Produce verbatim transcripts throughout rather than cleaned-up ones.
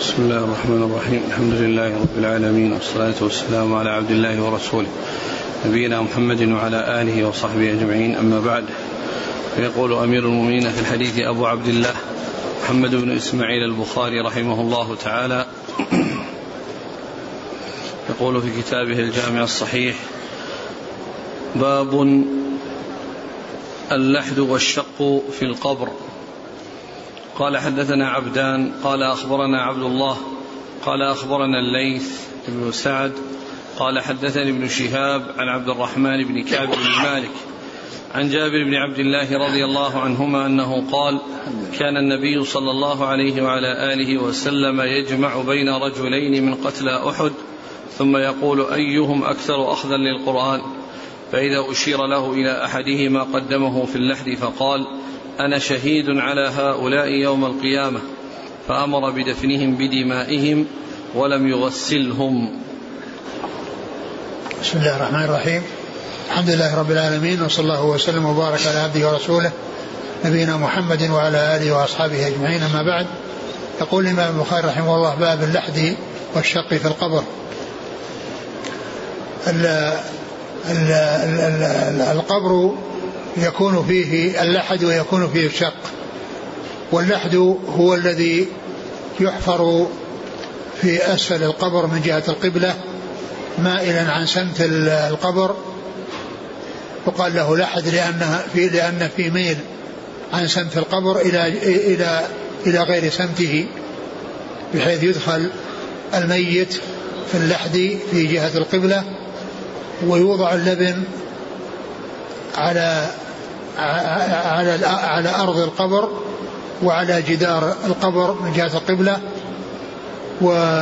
بسم الله الرحمن الرحيم. الحمد لله رب العالمين، والصلاة والسلام على عبد الله ورسوله نبينا محمد وعلى آله وصحبه أجمعين، أما بعد. فيقول أمير المؤمنين في الحديث أبو عبد الله محمد بن إسماعيل البخاري رحمه الله تعالى، يقول في كتابه الجامع الصحيح: باب اللحد والشق في القبر. قال: حدثنا عبدان قال أخبرنا عبد الله قال أخبرنا الليث بن سعد قال حدثني ابن شهاب عن عبد الرحمن بن كعب بن مالك عن جابر بن عبد الله رضي الله عنهما أنه قال: كان النبي صلى الله عليه وعلى آله وسلم يجمع بين رجلين من قتلى أحد ثم يقول: أيهم أكثر أخذا للقرآن؟ فإذا أشير له إلى أحدهما قدمه في اللحد فقال: أنا شهيد على هؤلاء يوم القيامة، فأمر بدفنهم بدمائهم ولم يغسلهم. بسم الله الرحمن الرحيم. الحمد لله رب العالمين، وصلى الله وسلم وبارك على عبده ورسوله نبينا محمد وعلى آله وأصحابه أجمعين، أما بعد. يقول الإمام البخاري رحمه الله: باب اللحد والشق في القبر. ال ال ال القبر يكون فيه اللحد ويكون فيه الشق. واللحد هو الذي يحفر في أسفل القبر من جهة القبلة مائلا عن سمت القبر، يقال له لحد لأنه في لأن في ميل عن سمت القبر إلى إلى إلى غير سمته، بحيث يدخل الميت في اللحد في جهة القبلة، ويوضع اللبن على على على أرض القبر وعلى جدار القبر من جهة القبلة. و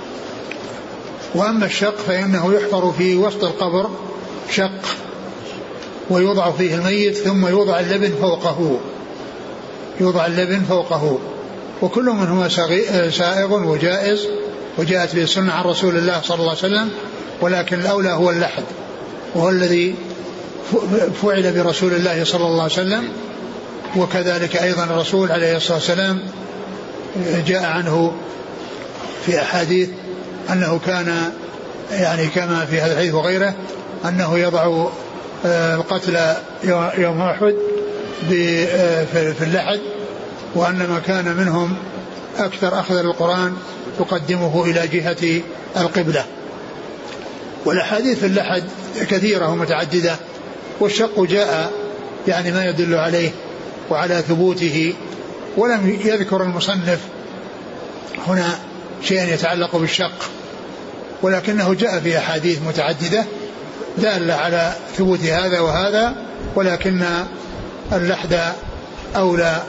وأما الشق فإنه يحفر في وسط القبر شق ويوضع فيه الميت، ثم يوضع اللبن فوقه يوضع اللبن فوقه وكل منهما سائغ وجائز، وجاءت به السنة عن رسول الله صلى الله عليه وسلم، ولكن الأولى هو اللحد، وهو الذي فعل برسول الله صلى الله عليه وسلم. وكذلك أيضا الرسول عليه الصلاة والسلام جاء عنه في أحاديث أنه كان يعني كما في هذا الحديث وغيره أنه يضع القتلى يوم أحد في اللحد، وأن ما كان منهم أكثر أخذ القرآن يقدمه إلى جهة القبلة. والأحاديث في اللحد كثيرة ومتعددة، والشق جاء يعني ما يدل عليه وعلى ثبوته، ولم يذكر المصنف هنا شيئا يتعلق بالشق، ولكنه جاء في أحاديث متعددة دالة على ثبوت هذا وهذا، ولكن اللحد أولى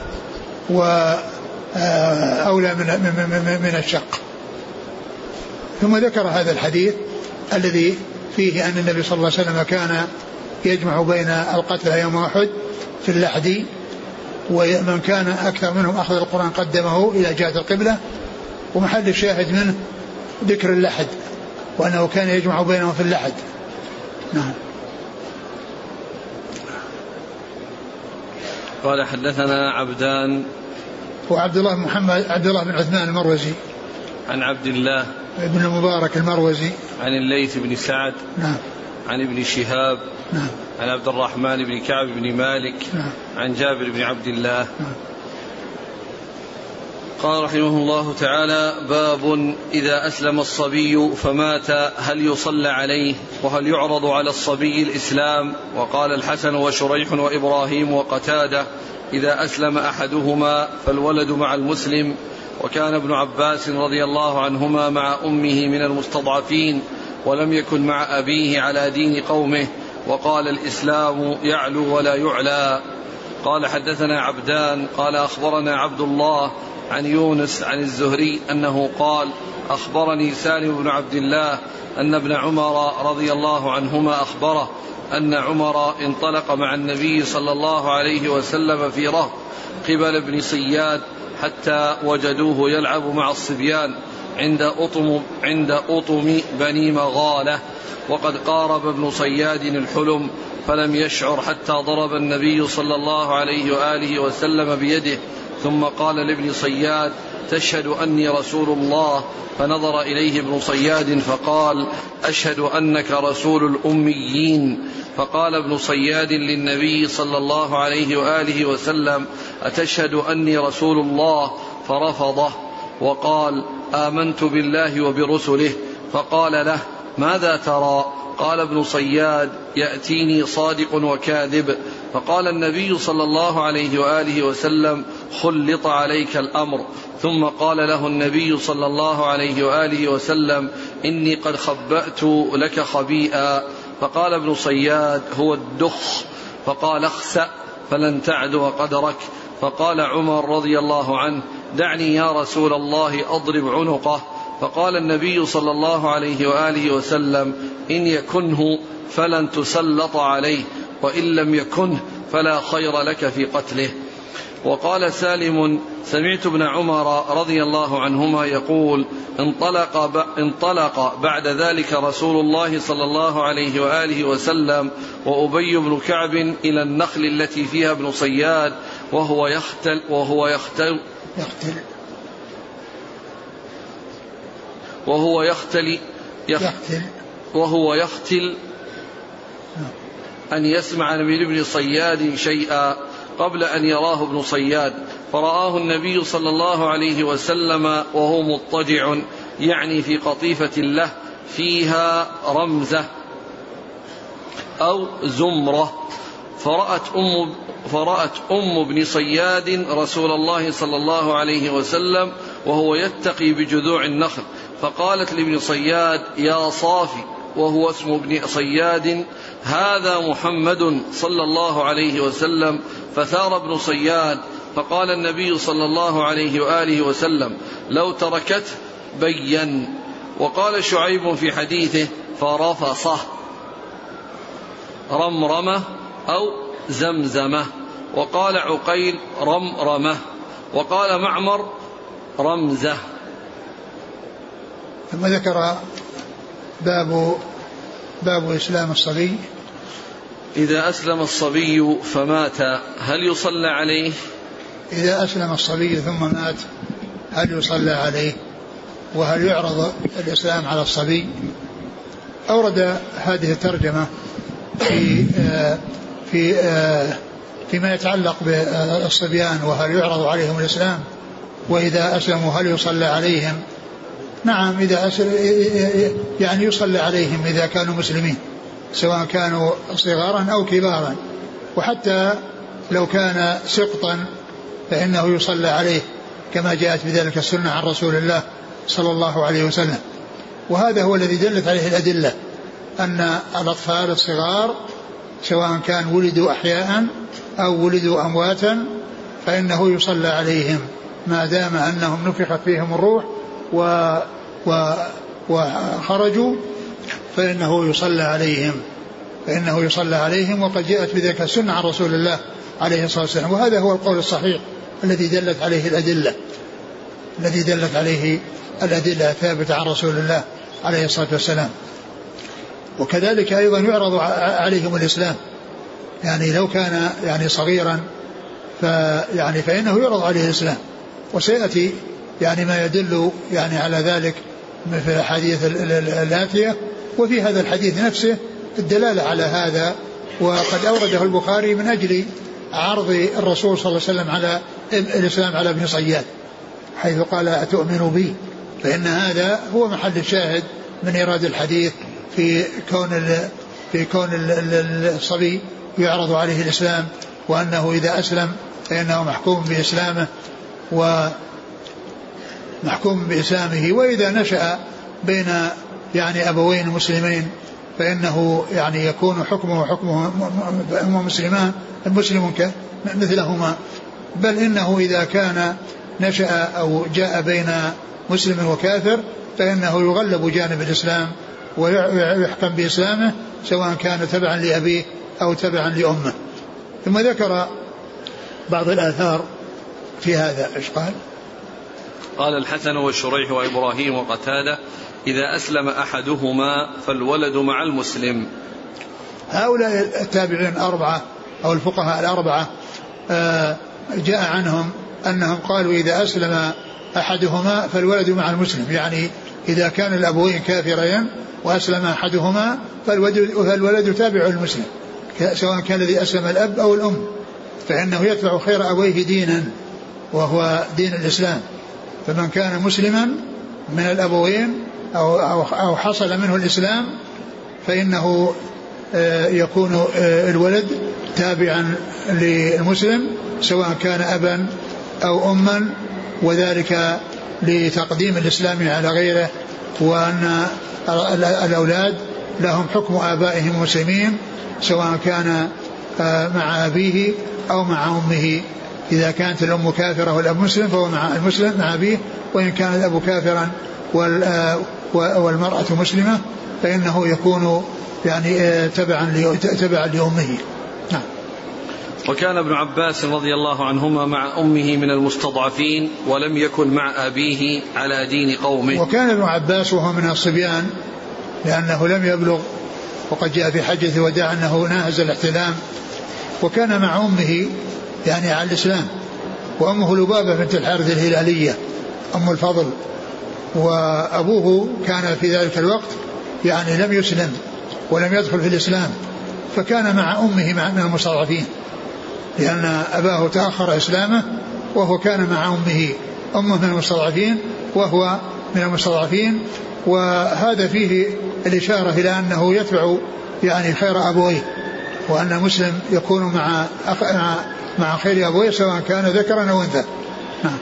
وأولى من, من, من الشق. ثم ذكر هذا الحديث الذي فيه أن النبي صلى الله عليه وسلم كان يجمع بين القتلى يوم أحد في اللحد، ومن كان أكثر منهم أخذ القرآن قدمه إلى جهة القبلة. ومحل الشاهد منه ذكر اللحد، وأنه كان يجمع بينهم في اللحد. نعم. قال: حدثنا عبدان وعبد الله محمد عبد الله بن عثمان المروزي عن عبد الله ابن المبارك المروزي عن الليث بن سعد نعم عن ابن شهاب نعم عن عبد الرحمن بن كعب بن مالك نعم عن جابر بن عبد الله نعم. قال رحمه الله تعالى: باب إذا أسلم الصبي فمات هل يصلى عليه وهل يعرض على الصبي الإسلام؟ وقال الحسن وشريح وإبراهيم وقتادة: إذا أسلم أحدهما فالولد مع المسلم. وكان ابن عباس رضي الله عنهما مع أمه من المستضعفين، ولم يكن مع أبيه على دين قومه، وقال: الإسلام يعلو ولا يعلى. قال: حدثنا عبدان قال أخبرنا عبد الله عن يونس عن الزهري أنه قال: أخبرني سالم بن عبد الله أن ابن عمر رضي الله عنهما أخبره أن عمر انطلق مع النبي صلى الله عليه وسلم في رهط قبل ابن صياد حتى وجدوه يلعب مع الصبيان عند أطم, عند أطم بني مغالة، وقد قارب ابن صياد الحلم، فلم يشعر حتى ضرب النبي صلى الله عليه وآله وسلم بيده ثم قال لابن صياد: تشهد أني رسول الله؟ فنظر إليه ابن صياد فقال: أشهد أنك رسول الأميين. فقال ابن صياد للنبي صلى الله عليه وآله وسلم: أتشهد أني رسول الله؟ فرفضه وقال: آمنت بالله وبرسله. فقال له: ماذا ترى؟ قال ابن صياد: يأتيني صادق وكاذب. فقال النبي صلى الله عليه وآله وسلم: خلط عليك الأمر. ثم قال له النبي صلى الله عليه وآله وسلم: إني قد خبأت لك خبيئا. فقال ابن صياد: هو الدخ. فقال: اخسأ فلن تعدو قدرك. فقال عمر رضي الله عنه: دعني يا رسول الله أضرب عنقه. فقال النبي صلى الله عليه وآله وسلم: إن يكنه فلن تسلط عليه، وإن لم يكنه فلا خير لك في قتله. وقال سالم: سمعت ابن عمر رضي الله عنهما يقول: انطلق, انطلق بعد ذلك رسول الله صلى الله عليه وآله وسلم وأبي بن كعب إلى النخل التي فيها ابن صياد وهو يختل وهو يختل يختل وهو يختل يختل وهو يختل أن يسمع من ابن صياد شيئا قبل أن يراه ابن صياد، فرآه النبي صلى الله عليه وسلم وهو مضطجع، يعني في قطيفة له فيها رمزة أو زمرة. فرأت أم, فرأت أم ابن صياد رسول الله صلى الله عليه وسلم وهو يتقي بجذوع النخل، فقالت لابن صياد: يا صافي، وهو اسم ابن صياد: هذا محمد صلى الله عليه وسلم. فثار ابن صياد، فقال النبي صلى الله عليه وآله وسلم: لو تركته بين. وقال شعيب في حديثه: فرفصه رمرمة أو زمزمة. وقال عقيل: رمرمة. وقال معمر: رمزة. ثم ذكر باب باب إسلام الصبي. إذا أسلم الصبي فمات هل يصلى عليه؟ إذا أسلم الصبي ثم مات هل يصلى عليه؟ وهل يعرض الإسلام على الصبي؟ أورد هذه الترجمة في في فيما يتعلق بالصبيان، وهل يعرض عليهم الإسلام، وإذا أسلموا هل يصلى عليهم؟ نعم، إذا يعني يصلى عليهم إذا كانوا مسلمين، سواء كانوا صغارا أو كبارا، وحتى لو كان سقطا فإنه يصلى عليه كما جاءت بذلك السنة عن رسول الله صلى الله عليه وسلم. وهذا هو الذي دلت عليه الأدلة، أن الأطفال الصغار سواء كان ولدوا أحياء أو ولدوا أمواتا فإنه يصلى عليهم ما دام أنهم نفخت فيهم الروح و و وخرجوا فإنه يصلى عليهم فإنه يصلى عليهم وقد جاءت بذلك السنة عن رسول الله عليه الصلاة والسلام. وهذا هو القول الصحيح الذي دلت عليه الأدلة الذي دلت عليه الأدلة الثابتة عن رسول الله عليه الصلاة والسلام. وكذلك أيضا يعرض عليهم الإسلام، يعني لو كان يعني صغيرا فيعني فإنه يعرض عليه الإسلام، وسيأتي يعني ما يدل يعني على ذلك في الحديث الآتية. وفي هذا الحديث نفسه الدلالة على هذا، وقد أورده البخاري من أجل عرض الرسول صلى الله عليه وسلم على الإسلام على ابن صياد، حيث قال: أتؤمن بي؟ فإن هذا هو محل الشاهد من إيراد الحديث في كون في كون الصبي يعرض عليه الإسلام، وأنه إذا أسلم فإنه محكوم بإسلامه ومحكوم بإسلامه، وإذا نشأ بين يعني أبوين مسلمين فإنه يعني يكون حكمه حكمه مسلمان المسلم مثلهما. بل إنه إذا كان نشأ أو جاء بين مسلم وكافر فإنه يغلب جانب الإسلام ويحكم بإسلامه سواء كان تبعا لأبيه أو تبعا لأمه. ثم ذكر بعض الآثار في هذا. إيش قال؟ قال الحسن والشريح وإبراهيم وقتادة: إذا أسلم أحدهما فالولد مع المسلم. هؤلاء التابعين الأربعة أو الفقهاء الأربعة جاء عنهم أنهم قالوا إذا أسلم أحدهما فالولد مع المسلم، يعني إذا كان الأبوين كافرين وأسلم أحدهما فالولد تابع المسلم سواء كان الذي أسلم الأب أو الأم، فإنه يتبع خير أبويه دينا وهو دين الإسلام. فمن كان مسلما من الأبوين أو, أو, أو حصل منه الإسلام فإنه يكون الولد تابعا للمسلم سواء كان أبا أو أما، وذلك لتقديم الإسلام على غيره، وأن الأولاد لهم حكم آبائهم مسلمين سواء كان مع أبيه أو مع أمه. إذا كانت الأم كافرة والأب مسلم فهو مع المسلم مع أبيه، وإن كان الأب كافرا والمرأة مسلمة فإنه يكون يعني تبعا تبعا لأمه. نعم. وكان ابن عباس رضي الله عنهما مع أمه من المستضعفين ولم يكن مع أبيه على دين قومه. وكان ابن عباس وهو من الصبيان لأنه لم يبلغ، وقد جاء في حجة الوداع أنه ناهز الاحتلام، وكان مع أمه يعني على الإسلام، وأمه لبابة بنت الحارث الهلالية أم الفضل، وأبوه كان في ذلك الوقت يعني لم يسلم ولم يدخل في الإسلام، فكان مع أمه من المستضعفين لأن أباه تأخر إسلامه، وهو كان مع أمه أمه من المستضعفين وهو من المستضعفين. وهذا فيه الإشارة إلى أنه يتبع يعني خير أبويه، وأن المسلم يكون مع مع خير أبويه سواء كان ذكرا أو أنثى. نعم.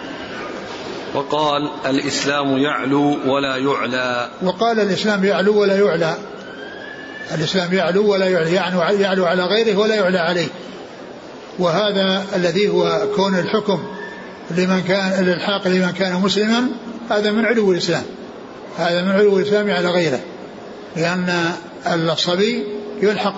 وقال الإسلام يعلو ولا يعلى. وقال الإسلام يعلو ولا يعلى. الإسلام يعلو ولا يعلى، يعني يعلو على غيره ولا يعلى عليه. وهذا الذي هو كون الحكم لمن كان الإلحاق لمن كان مسلما، هذا من علو الإسلام، هذا من علو الإسلام على غيره، لأن الصبي يلحق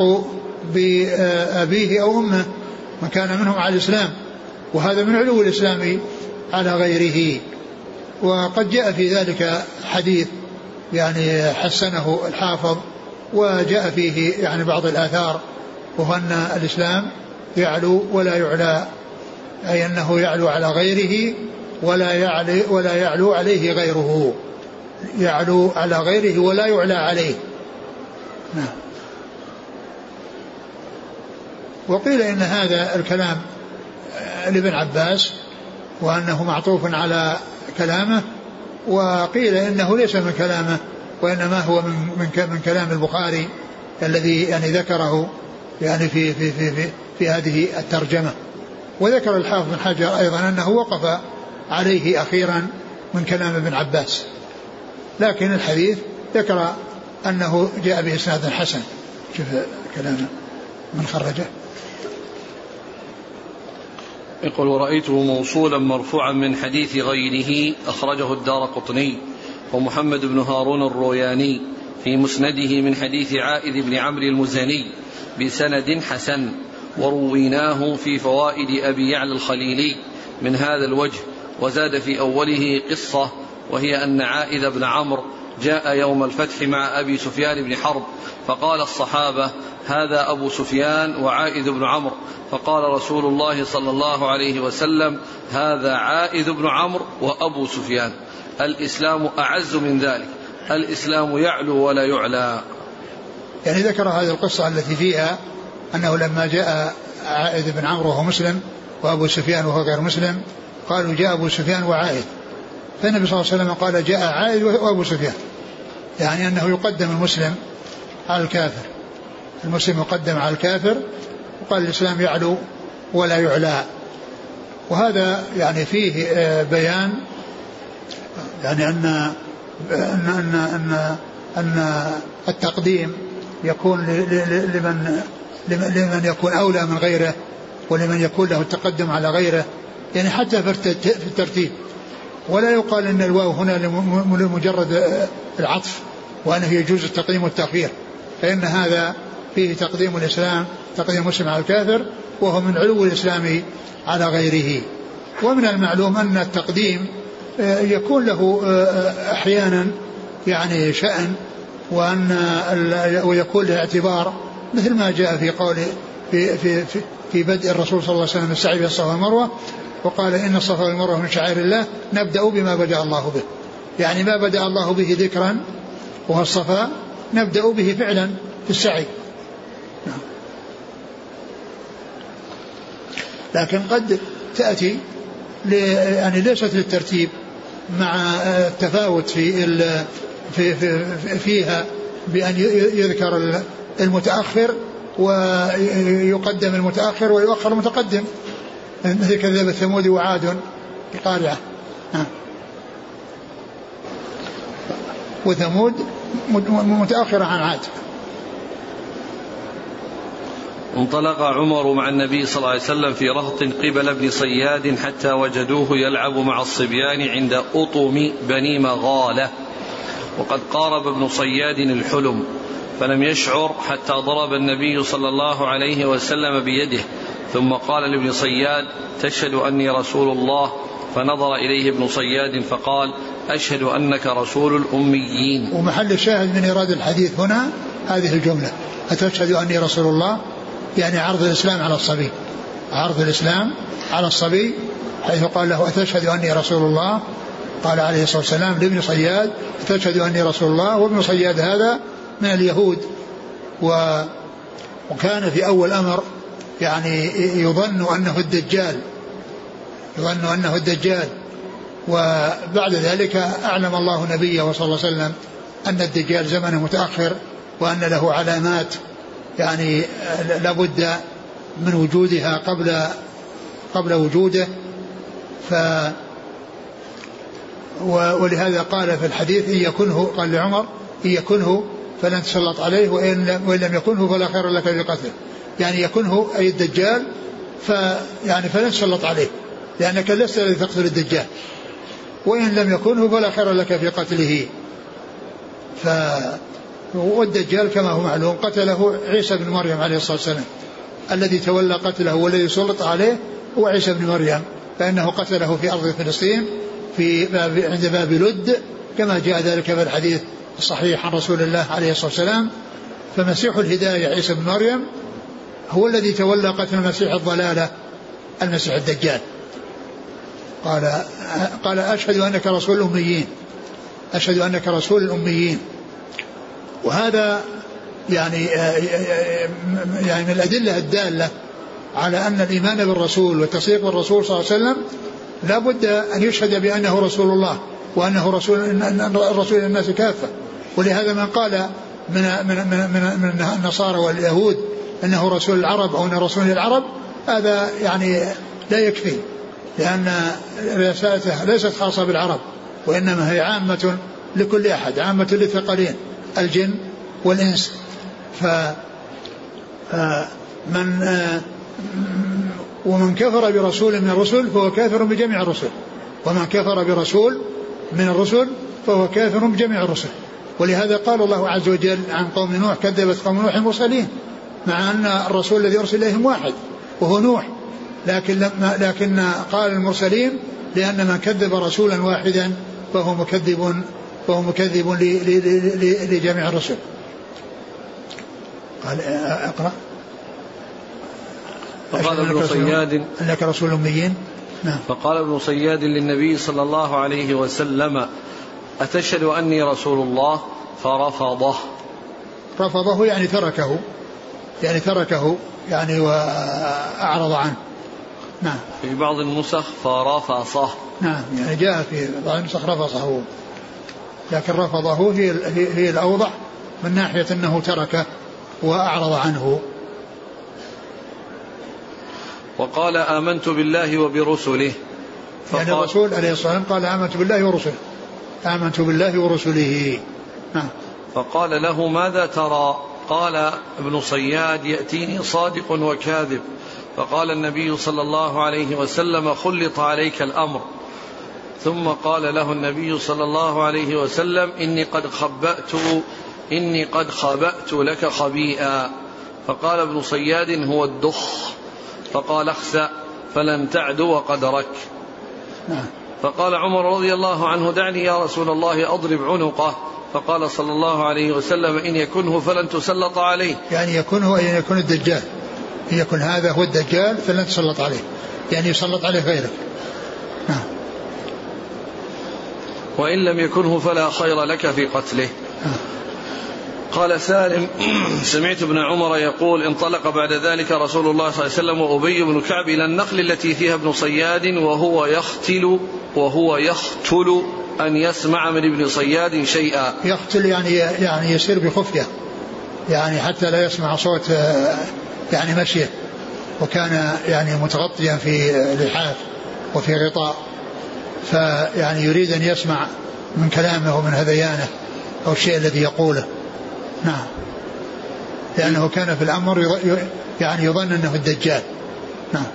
بأبيه أو أمه من كان منهم على الإسلام، وهذا من علو الإسلام على غيره. وقد جاء في ذلك حديث يعني حسنه الحافظ، وجاء فيه يعني بعض الآثار، وهو أن الإسلام يعلو ولا يعلى، أي أنه يعلو على غيره ولا يعلو, ولا يعلو عليه غيره، يعلو على غيره ولا يعلى عليه. نعم. وقيل إن هذا الكلام لابن عباس وأنه معطوف على كلامه، وقيل إنه ليس من كلامه وإنما هو من من من كلام البخاري الذي يعني ذكره يعني في في في في, في هذه الترجمة. وذكر الحافظ بن حجر أيضا أنه وقف عليه أخيرا من كلام ابن عباس، لكن الحديث ذكر أنه جاء بإسناد حسن. شوف كلامه من خرجه. يقول ورأيته موصولا مرفوعا من حديث غيره أخرجه الدارقطني ومحمد بن هارون الروياني في مسنده من حديث عائذ بن عمرو المزني بسند حسن، ورويناه في فوائد أبي يعلى الخليلي من هذا الوجه، وزاد في أوله قصة، وهي أن عائذ بن عمرو جاء يوم الفتح مع أبي سفيان بن حرب، فقال الصحابة هذا أبو سفيان وعائذ بن عمرو، فقال رسول الله صلى الله عليه وسلم هذا عائذ بن عمرو وأبو سفيان، الإسلام أعز من ذلك، الإسلام يعلو ولا يعلى. يعني ذكر هذه القصة التي فيها أنه لما جاء عائذ بن عمرو وهو مسلم وأبو سفيان وهو غير مسلم، قالوا جاء أبو سفيان وعائذ، فالنبي صلى الله عليه وسلم قال جاء عائذ وأبو سفيان، يعني أنه يقدم المسلم على الكافر، المسلم يقدم على الكافر، وقال الإسلام يعلو ولا يعلى. وهذا يعني فيه بيان يعني أن أن أن أن, أن التقديم يكون لمن لمن يكون أولى من غيره، ولمن يكون له التقدم على غيره، يعني حتى في الترتيب. ولا يقال أن الواو هنا لمجرد العطف وأنه يجوز التقديم والتأخير، فإن هذا فيه تقديم الإسلام، تقديم المسلم على الكافر، وهو من علو الإسلام على غيره. ومن المعلوم أن التقديم يكون له أحيانا يعني شأن، وأن ويكون له اعتبار، مثل ما جاء في قول في في في, في بدء الرسول صلى الله عليه وسلم السعي بين الصفا والمروة وقال إن الصفا والمروة من شعائر الله نبدأ بما بدأ الله به، يعني ما بدأ الله به ذكرا وهو الصفا نبدأ به فعلا في السعي. لكن قد تأتي يعني ليست للترتيب مع التفاوت في, في, في فيها بأن يذكر المتأخر ويقدم المتأخر ويؤخر المتقدم، مثل كذب ثمود وعاد القارعة، وثمود متأخرة عن عاد. انطلق عمر مع النبي صلى الله عليه وسلم في رهط قبل ابن صياد حتى وجدوه يلعب مع الصبيان عند أطم بني مغالة، وقد قارب ابن صياد الحلم فلم يشعر حتى ضرب النبي صلى الله عليه وسلم بيده، ثم قال لابن صياد تشهد أني رسول الله؟ فنظر إليه ابن صياد فقال أشهد أنك رسول الأميين. ومحل الشاهد من إيراد الحديث هنا هذه الجملة أتشهد أني رسول الله، يعني عرض الإسلام على الصبي، عرض الإسلام على الصبي، حيث قال له أتشهد أني رسول الله؟ قال عليه الصلاة والسلام لابن صياد أتشهد أني رسول الله، وابن صياد هذا من اليهود، وكان في أول أمر يعني يظن أنه الدجال، يظن أنه الدجال، وبعد ذلك أعلم الله نبيه صلى الله عليه وسلم أن الدجال زمنه متأخر وأن له علامات يعني لابد من وجودها قبل قبل وجوده. ف ولهذا قال في الحديث إن يكنه، قال لعمر إن يكنه فلن تسلط عليه وإن لم يكنه فلا خير لك في قتله، يعني يكنه أي الدجال فيعني فلن تسلط عليه لأنك لست الذي تقتل الدجال، وإن لم يكنه فلا خير لك في قتله. ف والدجال كما هو معلوم قتله عيسى بن مريم عليه الصلاة والسلام، الذي تولى قتله والذي سلط عليه هو عيسى بن مريم، فإنه قتله في أرض فلسطين في باب عند باب لد كما جاء ذلك في الحديث الصحيح عن رسول الله عليه الصلاة والسلام. فمسيح الهداية عيسى بن مريم هو الذي تولى قتل مسيح الضلالة المسيح الدجال. قال قال أشهد أنك رسول الأميين، أشهد أنك رسول الأميين. وهذا يعني يعني من الأدلة الدالة على أن الإيمان بالرسول والتصديق بالرسول صلى الله عليه وسلم لا بد أن يشهد بأنه رسول الله وأنه رسول الرسول للناس كافة. ولهذا من قال من من من, من النصارى واليهود أنه رسول العرب أو أنه رسول العرب هذا يعني لا يكفي، لأن رسالته ليست خاصة بالعرب وإنما هي عامة لكل أحد، عامة للثقلين الجن والإنس. فمن ومن كفر برسول من الرسل فهو كافر بجميع الرسل، ومن كفر برسول من الرسل فهو كافر بجميع الرسل. ولهذا قال الله عز وجل عن قوم نوح كذبت قوم نوح المرسلين، مع أن الرسول الذي أرسل إليهم واحد وهو نوح، لكن لما لكن قال المرسلين لأن من كذب رسولا واحدا فهو مكذب فهو مكذب لجميع الرسل. قال اقرأ. فقال ابن صياد أنك رسول الأميين. نعم. فقال ابن صياد للنبي صلى الله عليه وسلم أتشهد أني رسول الله؟ فرفضه. رفضه يعني تركه، يعني تركه يعني وأعرض عنه. نعم. في بعض النسخ فرفصه. نعم، يعني جاء في بعض النسخ رفصه، لكن رفضه هي هي الأوضح من ناحية أنه تركه وأعرض عنه. وقال آمنت بالله وبرسله. يعني الرسول عليه الصلاة والسلام قال آمنت بالله ورسله، آمنت بالله ورسله. نعم. فقال له ماذا ترى؟ قال ابن صياد يأتيني صادق وكاذب. فقال النبي صلى الله عليه وسلم خلط عليك الأمر. ثم قال له النبي صلى الله عليه وسلم إني قد خبأت إني قد خبأت لك خبيئا. فقال ابن صياد هو الدخ. فقال اخسأ فلن تعد وقدرك. فقال عمر رضي الله عنه دعني يا رسول الله أضرب عنقه. فقال صلى الله عليه وسلم إن يكنه فلن تسلط عليه، يعني يكنه أي يكون الدجال، إن يكن هذا هو الدجال فلن تسلط عليه، يعني يسلط عليه غيره. نعم. وإن لم يكنه فلا خير لك في قتله. نعم. قال سالم سمعت ابن عمر يقول انطلق بعد ذلك رسول الله صلى الله عليه وسلم وأبي بن كعب إلى النخل التي فيها ابن صياد وهو يختل وهو يختل أن يسمع من ابن صياد شيئا. يختل يعني يعني يسير بخفية, يعني حتى لا يسمع صوت يعني مشيه, وكان يعني متغطيا في لحاف وفي غطاء, فيعني يريد أن يسمع من كلامه ومن هذيانه أو الشيء الذي يقوله. نعم, لأنه كان في الأمر يعني يظن أنه الدجال. نعم.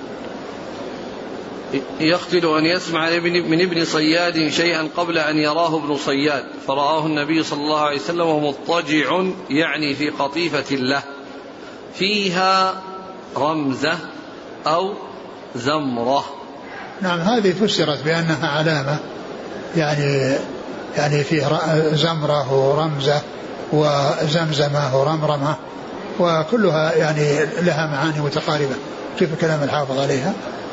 يختل أن يسمع من ابن صياد شيئا قبل أن يراه ابن صياد, فرآه النبي صلى الله عليه وسلم ومضطجع يعني في قطيفة له فيها رمزة أو زمرة. نعم, هذه فسرت بأنها علامة, يعني يعني فيه زمرة ورمزة وزمزمة ورمرمة, وكلها يعني لها معاني متقاربة. كيف كلام الحافظ عليها؟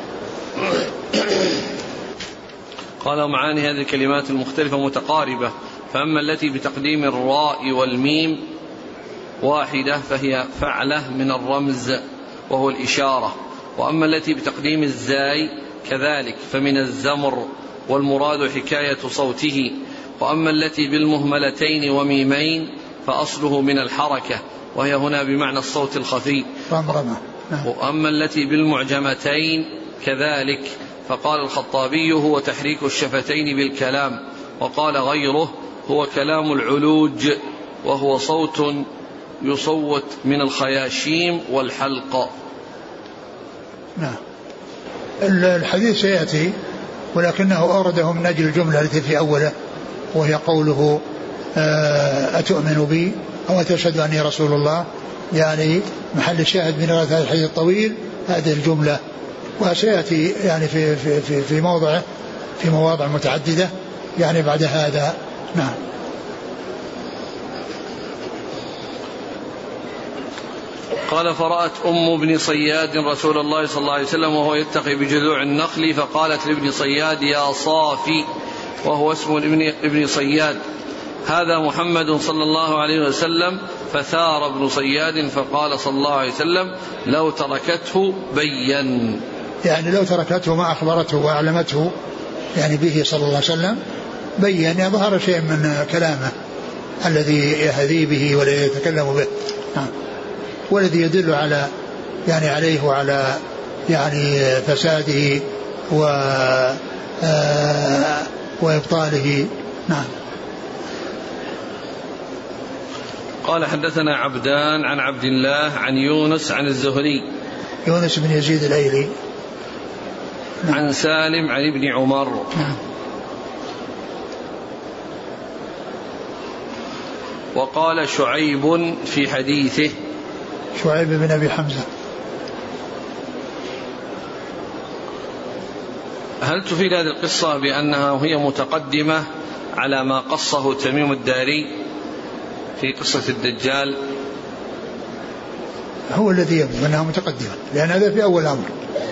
قال معاني هذه الكلمات المختلفة متقاربة, فأما التي بتقديم الراء والميم واحدة فهي فعلة من الرمز وهو الإشارة, وأما التي بتقديم الزاي كذلك فمن الزمر والمراد حكاية صوته, وأما التي بالمهملتين وميمين فأصله من الحركة وهي هنا بمعنى الصوت الخفي, وأما التي بالمعجمتين كذلك فقال الخطابي هو تحريك الشفتين بالكلام, وقال غيره هو كلام العلوج وهو صوت يصوت من الخياشيم والحلق. نعم. الحديث سيأتي ولكنه أورده من أجل الجملة التي في أوله وهي قوله أتؤمن بي أو تشهد أني رسول الله, يعني محل الشاهد من هذا الحديث الطويل هذه الجملة, وسيأتي يعني في, في, في, في موضع في مواضع متعددة يعني بعد هذا. نعم. قال فرأت أم ابن صياد رسول الله صلى الله عليه وسلم وهو يتقي بجذوع النخل, فقالت لابن صياد يا صافي, وهو اسم ابن, ابن صياد, هذا محمد صلى الله عليه وسلم. فثار ابن صياد فقال صلى الله عليه وسلم لو تركته بين, يعني لو تركته ما أخبرته وأعلمته يعني به صلى الله عليه وسلم بين, يعني ظهر شيء من كلامه الذي يهذي به ولا يتكلم به, والذي يدل على يعني عليه وعلى يعني فساده و وإبطاله. نعم. قال حدثنا عبدان عن عبد الله عن يونس عن الزهري يونس بن يزيد الأيلي نعم. عن سالم عن ابن عمر. نعم. وقال شعيب في حديثه, شعيب بن أبي حمزة, هل تفيد هذه القصة بأنها هي متقدمة على ما قصه تميم الداري في قصة الدجال؟ هو الذي يبدو أنها متقدمة, لأن هذا في أول أمر.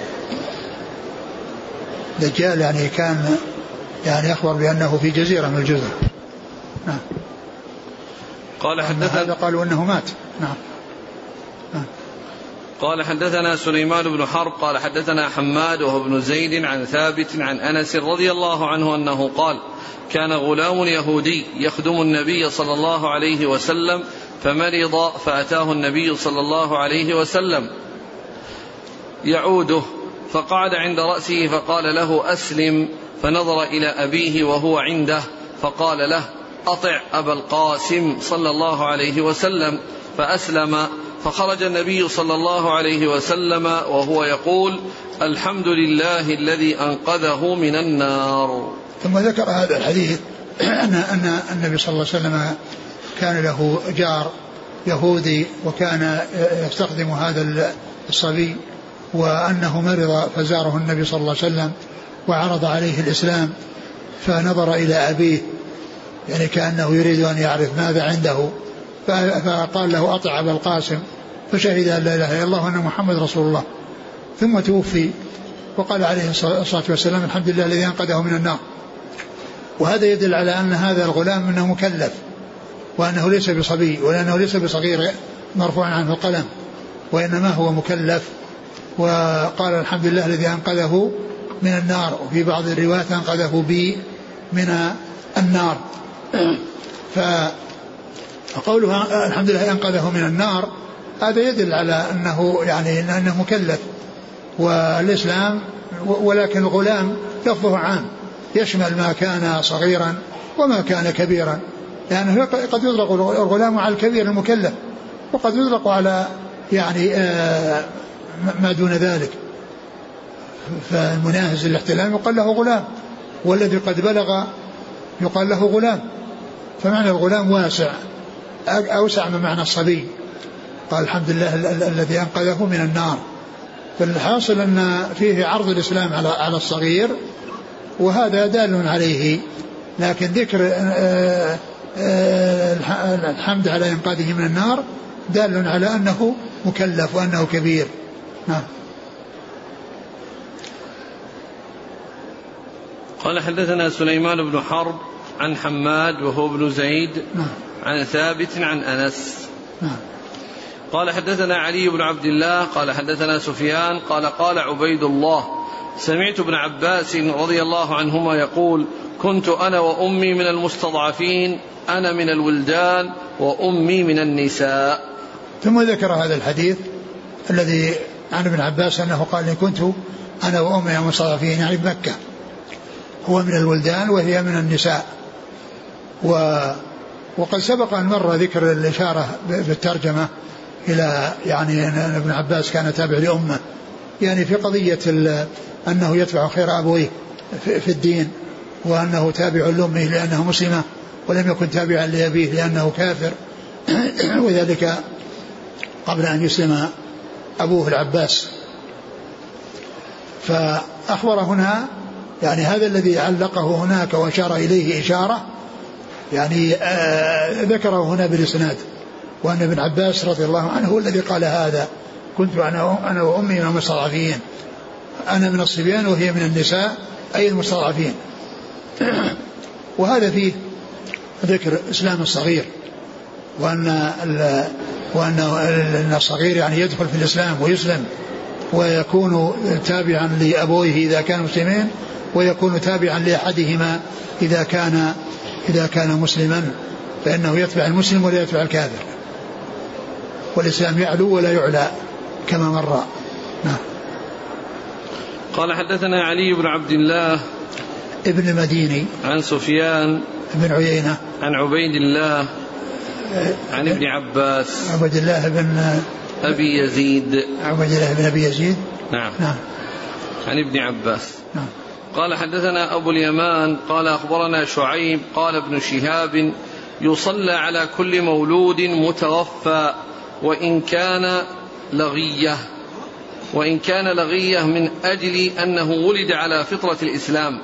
الدجال يعني كان يعني أخبر بأنه في جزيرة من الجزر. نعم. قال حدثنا, هذا قالوا أنه مات. نعم. نعم. قال حدثنا سليمان بن حرب قال حدثنا حماد وهو ابن زيد عن ثابت عن أنس رضي الله عنه أنه قال كان غلام يهودي يخدم النبي صلى الله عليه وسلم فمرض, فأتاه النبي صلى الله عليه وسلم يعوده, فقعد عند رأسه فقال له أسلم, فنظر إلى أبيه وهو عنده فقال له أطع أبا القاسم صلى الله عليه وسلم, فأسلم. فخرج النبي صلى الله عليه وسلم وهو يقول الحمد لله الذي أنقذه من النار. ثم ذكر هذا الحديث أن, أن النبي صلى الله عليه وسلم كان له جار يهودي وكان يستخدم هذا الصبي, وأنه مرض فزاره النبي صلى الله عليه وسلم وعرض عليه الإسلام, فنظر إلى أبيه يعني كأنه يريد أن يعرف ماذا عنده, فقال له أطع أبا القاسم, فشهد أن لا إله إلا الله وأن محمد رسول الله, ثم توفي وقال عليه الصلاة والسلام الحمد لله الذي أنقذه من النار. وهذا يدل على أن هذا الغلام أنه مكلف وأنه ليس بصبي ولأنه ليس بصغير مرفوع عنه القلم، وإنما هو مكلف. وقال الحمد لله الذي أنقذه من النار، وفي بعض الروايات أنقذه بي من النار. فقوله الحمد لله أنقذه من النار هذا يدل على أنه يعني أنه مكلف والإسلام. ولكن الغلام لفظه عام يشمل ما كان صغيرا وما كان كبيرا، لأنه يعني قد يطلق الغلام على الكبير المكلف، وقد يطلق على يعني آه ما دون ذلك. فالمناهز للاحتلام يقال له غلام، والذي قد بلغ يقال له غلام. فمعنى الغلام واسع أوسع من معنى الصبي. قال الحمد لله الذي أنقذه من النار. فالحاصل أن فيه عرض الإسلام على على الصغير، وهذا دال عليه. لكن ذكر الحمد على إنقاذه من النار دال على أنه مكلف وأنه كبير. نعم. قال حدثنا سليمان بن حرب عن حماد وهو ابن زيد نعم. عن ثابت عن أنس نعم. قال حدثنا علي بن عبد الله قال حدثنا سفيان قال قال عبيد الله سمعت ابن عباس رضي الله عنهما يقول كنت أنا وأمي من المستضعفين، أنا من الولدان وأمي من النساء. ثم ذكر هذا الحديث الذي عن ابن عباس أنه قال إن كنت أنا وأمي من المستضعفين، يعني بمكة، هو من الولدان وهي من النساء. و وقد سبق أن مر ذكر الإشارة بالترجمة إلى يعني أن ابن عباس كان تابع لأمه، يعني في قضية أنه يتبع خير أبويه في الدين، وأنه تابع لأمه لأنه مسلمة، ولم يكن تابعا لأبيه لأنه كافر، وذلك قبل أن يسلم أبوه العباس. فأخبر هنا يعني هذا الذي علقه هناك وأشار إليه إشارة يعني آه ذكره هنا بالإسناد، وأن ابن عباس رضي الله عنه هو الذي قال هذا، كنت أنا أنا وأمي من المستضعفين، أنا من الصبيان وهي من النساء أي المستضعفين. وهذا فيه ذكر إسلام الصغير، وأن وأن الصغير يعني يدخل في الإسلام ويسلم ويكون تابعا لأبويه إذا كانوا مسلمين، ويكون تابعا لأحدهما إذا كان إذا كان مسلما، فإنه يتبع المسلم ولا يتبع الكافر، والإسلام يعلو ولا يعلى كما مر. نعم. قال حدثنا علي بن عبد الله ابن مديني عن سفيان بن عيينة عن عبيد الله عن ابن عباس عبد الله بن أبي يزيد عبد الله بن أبي يزيد نعم. نعم. عن ابن عباس نعم. قال حدثنا أبو اليمان قال أخبرنا شعيب قال ابن شهاب يصلى على كل مولود متوفى وإن كان لغية وإن كان لغية من أجل أنه ولد على فطرة الإسلام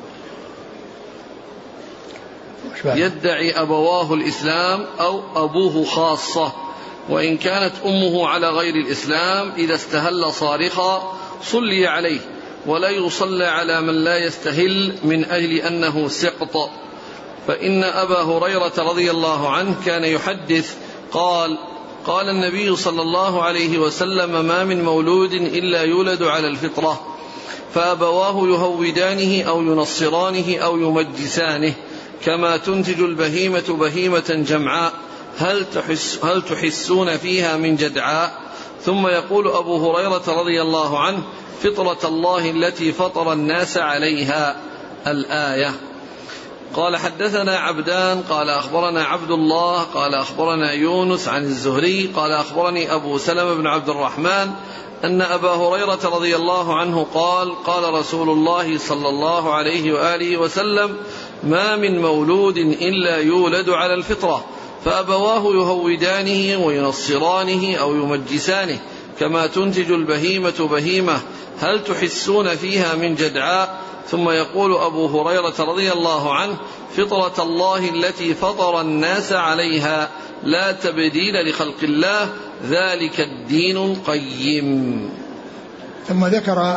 يدعي أبواه الإسلام أو أبوه خاصة، وإن كانت أمه على غير الإسلام إذا استهل صارخا صلي عليه، ولا يصلى على من لا يستهل من أجل أنه سقط. فإن أبا هريرة رضي الله عنه كان يحدث قال قال النبي صلى الله عليه وسلم ما من مولود إلا يولد على الفطرة، فأبواه يهودانه أو ينصرانه أو يمجسانه كما تنتج البهيمة بهيمة جمعاء هل, تحس هل تحسون فيها من جدعاء. ثم يقول أبو هريرة رضي الله عنه فطرة الله التي فطر الناس عليها الآية. قال حدثنا عبدان قال أخبرنا عبد الله قال أخبرنا يونس عن الزهري قال أخبرني أبو سلمة بن عبد الرحمن أن أبا هريرة رضي الله عنه قال قال رسول الله صلى الله عليه وآله وسلم ما من مولود إلا يولد على الفطرة، فأبواه يهودانه وينصرانه أو يمجسانه كما تنتج البهيمة بهيمة هل تحسون فيها من جدعاء. ثم يقول أبو هريرة رضي الله عنه فطرة الله التي فطر الناس عليها لا تبديل لخلق الله ذلك الدين القيم. ثم ذكر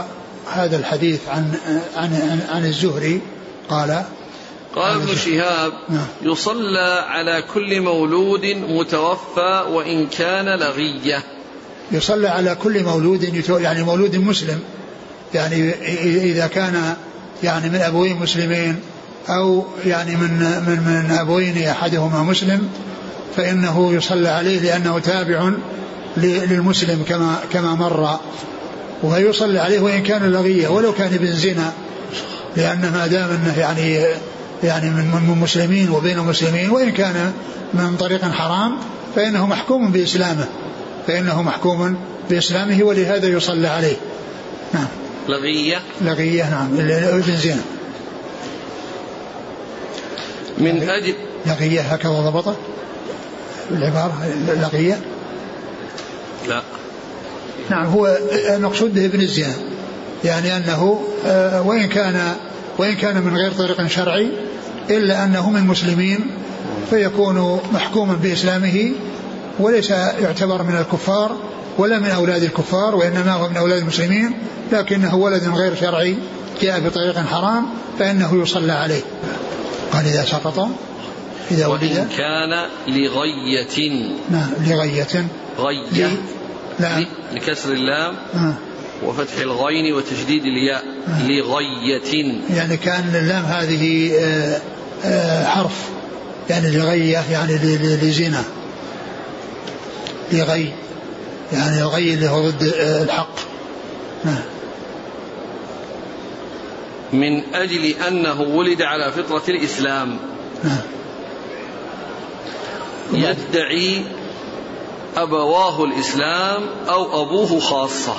هذا الحديث عن عن عن, عن الزهري قال قال ابن شهاب يصلى على كل مولود متوفى وإن كان لغية. يصلى على كل مولود يعني مولود مسلم، يعني إذا كان يعني من أبوين مسلمين أو يعني من من من أبوين أحدهما مسلم فإنه يصلى عليه لأنه تابع للمسلم كما كما مر، ويصلى عليه وإن كان لغية ولو كان ابن زنا، لأن ما دام أنه يعني يعني من مسلمين وبين مسلمين وإن كان من طريق حرام فإنه محكوم بإسلامه فإنه محكوم بإسلامه ولهذا يصلى عليه. نعم. لغية لغية نعم ابن زنا. من أجل لغية هكذا ضبطه العبارة لغية. لا نعم هو المقصود به ابن الزنا، يعني أنه وإن كان وإن كان من غير طريق شرعي إلا أنه من مسلمين فيكون محكوما بإسلامه وليس يعتبر من الكفار ولا من أولاد الكفار، وإنما هو من أولاد المسلمين لكنه ولد غير شرعي جاء بطريق حرام فإنه يصلى عليه. قال إذا سقط إذا ولد وإن كان لغية. نعم لغية غية لا لكسر اللام آه. وفتح الغين وتشديد الياء آه. لغية، يعني كان اللام هذه آه آه حرف يعني لغية يعني لزنا لغي يعني الغي اللي هو ضد آه الحق. آه. من أجل أنه ولد على فطرة الإسلام. آه. يدعي أبواه الإسلام أو أبوه خاصة.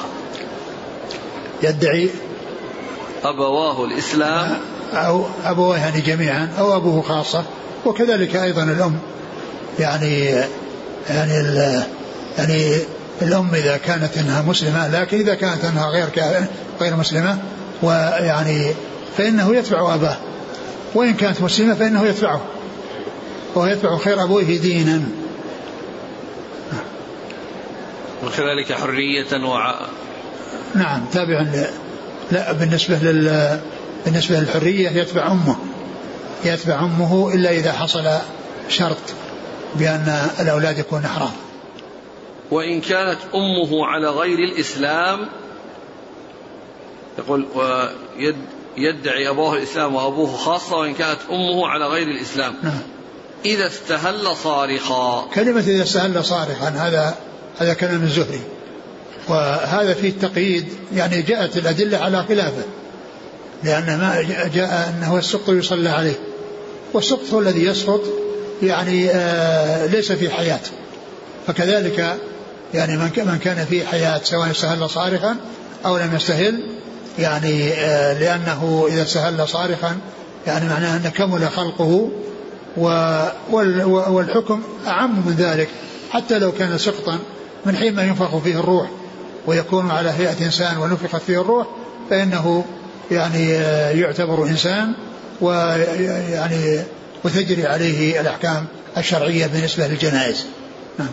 يدعي أبواه الإسلام أو أبواه يعني جميعا أو أبوه خاصة، وكذلك أيضا الأم يعني يعني يعني الأم إذا كانت إنها مسلمة، لكن إذا كانت إنها غير غير مسلمة ويعني فإنه يتبع أباه، وإن كانت مسلمة فإنه يتبعه وهو يتبع خير أبوه دينا. وكذلك حرية وع... نعم تابعا لا بالنسبة لل بالنسبة للحرية يتبع أمه يتبع أمه إلا إذا حصل شرط بأن الأولاد يكون أحرار. وإن كانت أمه على غير الإسلام يقول ويد يدعي أبوه الإسلام وأبوه خاصة وإن كانت أمه على غير الإسلام. نعم. إذا استهل صارخا. كلمة إذا استهل صارخا هذا هذا كلام الزهري، وهذا فيه التقييد يعني جاءت الأدلة على خلافه، لأن ما جاء أنه السقط يصلى عليه، والسقط هو الذي يسقط يعني آه ليس في حياة، فكذلك يعني من كان في حياة سواء استهل صارخا أو لم يستهل يعني آه لأنه إذا استهل صارخا يعني معناه أن كمل خلقه، والحكم أعم من ذلك حتى لو كان سقطا من حين ما ينفخ فيه الروح ويكون على هيئة إنسان ونفخت فيه الروح فإنه يعني يعتبر إنسان ويعني وتجري عليه الأحكام الشرعية بالنسبة للجنائز. نعم.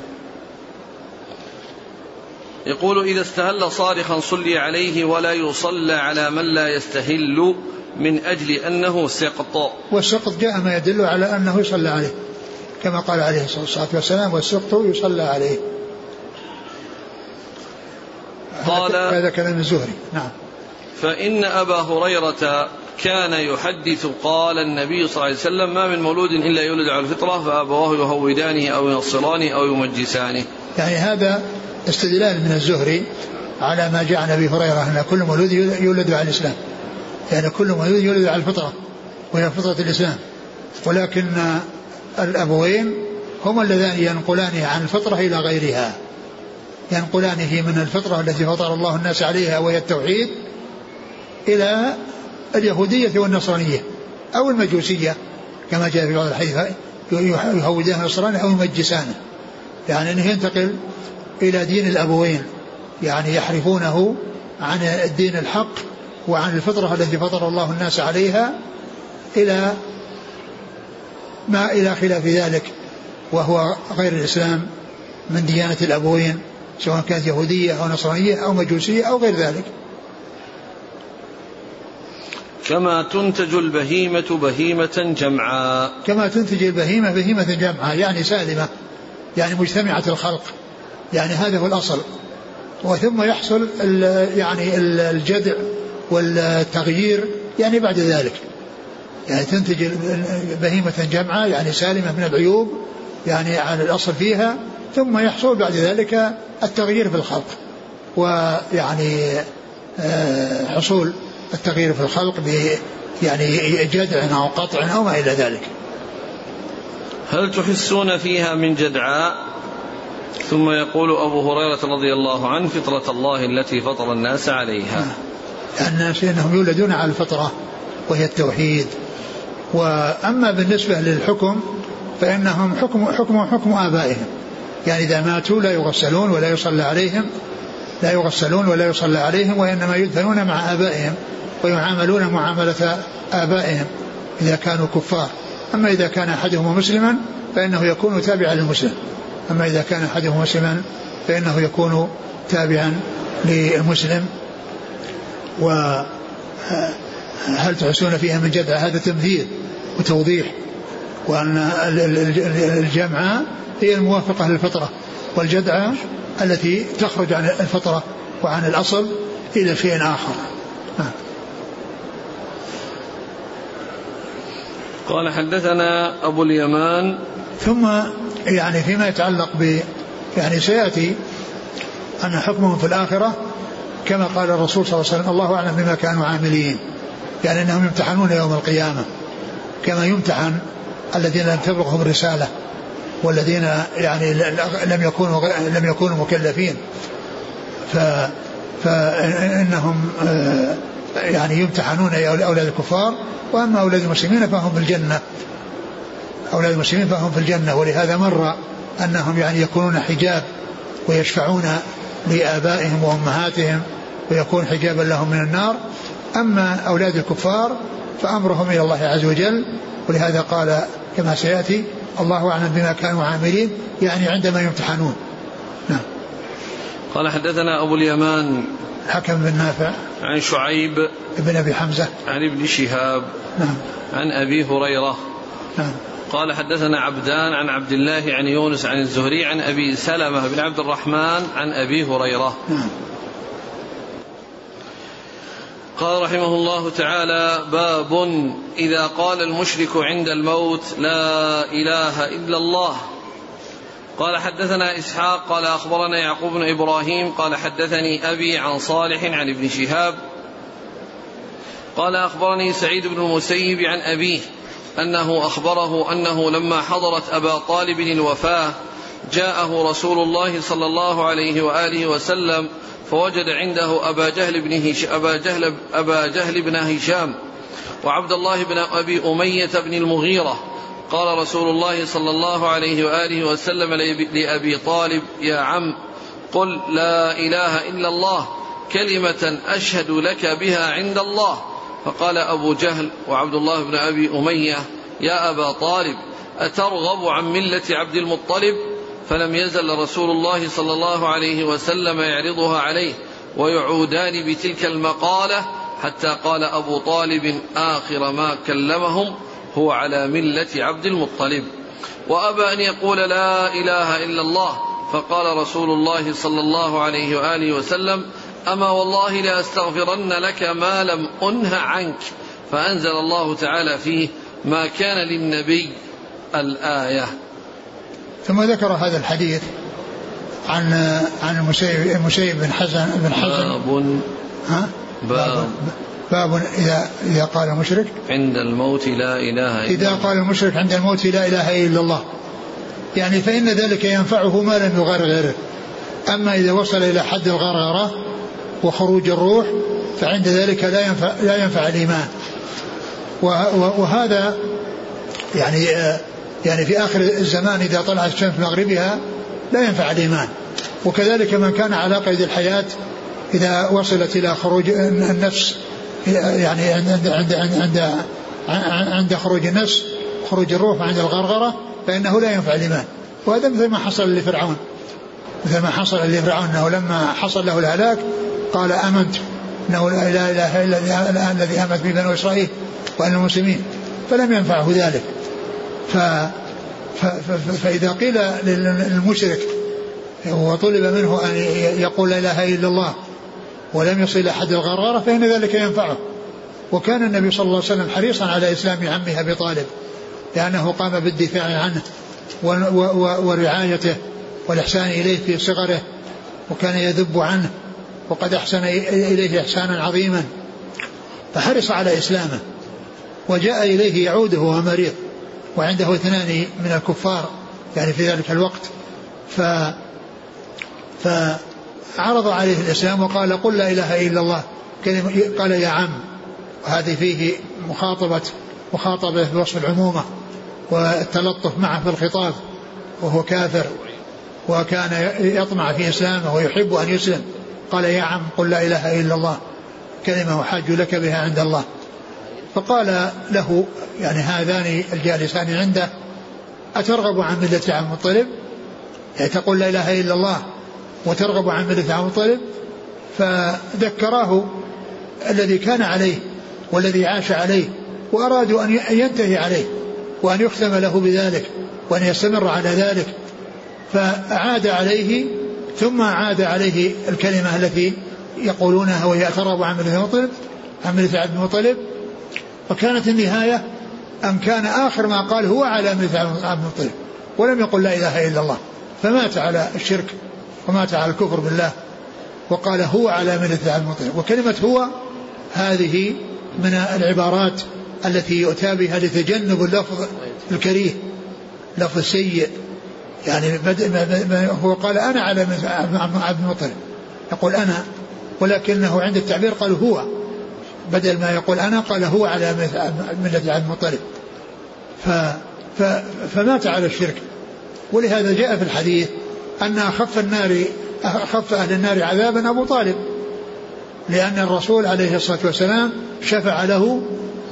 يقول إذا استهل صارخا صلي عليه ولا يصلى على من لا يستهل من أجل أنه سقط. والسقط جاء ما يدل على أنه يصلى عليه كما قال عليه الصلاة والسلام والسقط يصلى عليه. قال هذا كلام الزهري. نعم. فإن أبا هريرة كان يحدث قال النبي صلى الله عليه وسلم ما من مولود إلا يولد على الفطرة فأبواه يهودانه أو ينصرانه أو يمجسانه. يعني هذا استدلال من الزهري على ما جاء عن أبي هريرة أن كل مولود يولد على الإسلام، يعني كل مولود يولد على الفطرة وهي فطرة الإسلام، ولكن الأبوين هما اللذان ينقلانه عن الفطرة إلى غيرها، ينقلانه من الفطرة التي فطر الله الناس عليها وهي التوحيد إلى اليهودية والنصرانية أو المجوسية كما جاء في بعض الحديث يهودانه النصرانية أو يمجسانه، يعني أنه ينتقل إلى دين الأبوين يعني يحرفونه عن الدين الحق وعن الفطرة التي فطر الله الناس عليها إلى ما إلى خلاف ذلك وهو غير الإسلام من ديانة الأبوين سواء كانت يهودية أو نصرانية أو مجوسية أو غير ذلك. كما تنتج البهيمة بهيمة جمعاء. كما تنتج البهيمة بهيمة جمعاء يعني سالمة، يعني مجتمعة الخلق، يعني هذا هو الأصل. وثم يحصل يعني الجدع والتغيير يعني بعد ذلك، يعني تنتج بهيمة جمعاء يعني سالمة من العيوب يعني على الأصل فيها، ثم يحصل بعد ذلك التغيير في الخلق، ويعني حصول التغيير في الخلق يعني جدع أو قطع أو ما إلى ذلك. هل تحسون فيها من جدعاء؟ ثم يقول أبو هريرة رضي الله عنه فطرة الله التي فطر الناس عليها. الناس إنهم يولدون على الفطرة وهي التوحيد. وأما بالنسبة للحكم فإنهم حكم حكم حكم آبائهم، يعني إذا ماتوا لا يغسلون ولا يصلى عليهم، لا يغسلون ولا يصلى عليهم، وإنما يدفنون مع آبائهم ويعاملون معاملة آبائهم إذا كانوا كفار. أما إذا كان أحدهم مسلما فإنه يكون تابعا للمسلم أما إذا كان أحدهم مسلما فإنه يكون تابعا للمسلم. وهل تحسون فيها من جدع؟ هذا تمثيل وتوضيح، وأن الجمعة هي الموافقة للفطرة، والجدعة التي تخرج عن الفطرة وعن الأصل إلى شيء آخر. قال حدثنا أبو اليمان. ثم يعني فيما يتعلق ب يعني سيأتي أن حكمهم في الآخرة كما قال الرسول صلى الله عليه وسلم الله أعلم بما كانوا عاملين، يعني أنهم يمتحنون يوم القيامة كما يمتحن الذين لم تبلغهم الرسالة والذين يعني لم يكونوا لم يكونوا مكلفين، ف فإنهم يعني يمتحنون أولاد الكفار، وأما أولاد المسلمين فهم في الجنة أولاد المسلمين فهم في الجنة. ولهذا مر أنهم يعني يكونون حجاب ويشفعون لآبائهم وأمهاتهم ويكون حجابا لهم من النار. أما أولاد الكفار فأمرهم إلى الله عز وجل، ولهذا قال كما سيأتي الله أعلم بما كانوا عاملين، يعني عندما يمتحنون. نعم. قال حدثنا أبو اليمان حكم بن نافع عن شعيب ابن أبي حمزة عن ابن شهاب نعم. عن أبي هريرة نعم. قال حدثنا عبدان عن عبد الله عن يونس عن الزهري عن أبي سلمة بن عبد الرحمن عن أبي هريرة. نعم. قال رحمه الله تعالى باب إذا قال المشرك عند الموت لا إله إلا الله. قال حدثنا إسحاق قال أخبرنا يعقوب بن إبراهيم قال حدثني أبي عن صالح عن ابن شهاب قال أخبرني سعيد بن المسيب عن أبيه أنه أخبره أنه لما حضرت أبا طالب الوفاة جاءه رسول الله صلى الله عليه وآله وسلم فوجد عنده أبا جهل بن هش... أبا جهل أبا جهل بن هشام وعبد الله بن أبي أمية بن المغيرة. قال رسول الله صلى الله عليه وآله وسلم لأبي طالب يا عم قل لا إله إلا الله كلمة أشهد لك بها عند الله. فقال أبو جهل وعبد الله بن أبي أمية يا أبا طالب أترغب عن ملة عبد المطلب؟ فلم يزل رسول الله صلى الله عليه وسلم يعرضها عليه ويعودان بتلك المقالة حتى قال أبو طالب آخر ما كلمهم هو على ملة عبد المطلب، وأبى أن يقول لا إله إلا الله. فقال رسول الله صلى الله عليه وآله وسلم أما والله لأستغفرن لك ما لم أنه عنك. فأنزل الله تعالى فيه ما كان للنبي الآية. ثم ذكر هذا الحديث عن عن المسيب بن حزن بن حزن باب ها باب, باب إذا إذا قال المشرك عند الموت لا إله إلا الله إذا قال المشرك عند الموت لا إله إلا الله، يعني فإن ذلك ينفعه ما لم يغرغره. أما إذا وصل إلى حد الغرغرة وخروج الروح فعند ذلك لا ينفع لا ينفع الإيمان. وهذا يعني يعني في آخر الزمان إذا طلعت الشمس مغربها لا ينفع الإيمان. وكذلك من كان على قيد الحياة إذا وصلت إلى خروج النفس يعني عند عند عند عند خروج النفس خروج الروح عند الغرغرة فإنه لا ينفع الإيمان. وهذا مثل ما حصل لفرعون مثل ما حصل لفرعون أنه لما حصل له الهلاك قال آمنت إنه لا إله إلا الذي آمنت به بنو إسرائيل وأنا المسلمين، فلم ينفعه ذلك. ف فإذا قيل للمشرك وطلب منه أن يقول لا إله إلا الله ولم يصل إلى حد الغرارة فإن ذلك ينفعه. وكان النبي صلى الله عليه وسلم حريصا على إسلام عمه أبي طالب لأنه قام بالدفاع عنه ورعايته والإحسان إليه في صغره، وكان يذب عنه وقد أحسن إليه إحسانا عظيما، فحرص على إسلامه. وجاء إليه يعوده وهو مريض وعنده اثنان من الكفار يعني في ذلك الوقت، ف فعرض عليه الإسلام وقال قل لا إله إلا الله. قال يا عم، وهذه فيه مخاطبة مخاطبة بوصف العمومة والتلطف معه في الخطاب، وهو كافر وكان يطمع في إسلامه ويحب أن يسلم. قال يا عم قل لا إله إلا الله كلمة أحاج لك بها عند الله. فقال له يعني هذان الجالسان عنده أترغب عن ملة عبد المطلب؟ يعني تقول لا إله إلا الله وترغب عن ملة عبد المطلب؟ فذكراه الذي كان عليه والذي عاش عليه، وأرادوا أن ينتهي عليه وأن يختم له بذلك وأن يستمر على ذلك، فأعاد عليه ثم عاد عليه الكلمة التي يقولونها وهي أترغب عن ملة المطلب عن ملة عبد المطلب. وكانت النهاية أن كان آخر ما قال هو على ملة عبد المطلب ولم يقل لا إله إلا الله، فمات على الشرك ومات على الكفر بالله، وقال هو على ملة عبد المطلب. وكلمة هو هذه من العبارات التي يؤتى بها لتجنب اللفظ الكريه، لفظ السيء. يعني هو قال أنا على ملة عبد المطلب، يقول أنا، ولكنه عند التعبير قال هو، بدل ما يقول أنا قال هو على ملة عبد المطلب، فمات على الشرك. ولهذا جاء في الحديث أن أخف النار أخف أهل النار عذابا أبو طالب، لأن الرسول عليه الصلاة والسلام شفع له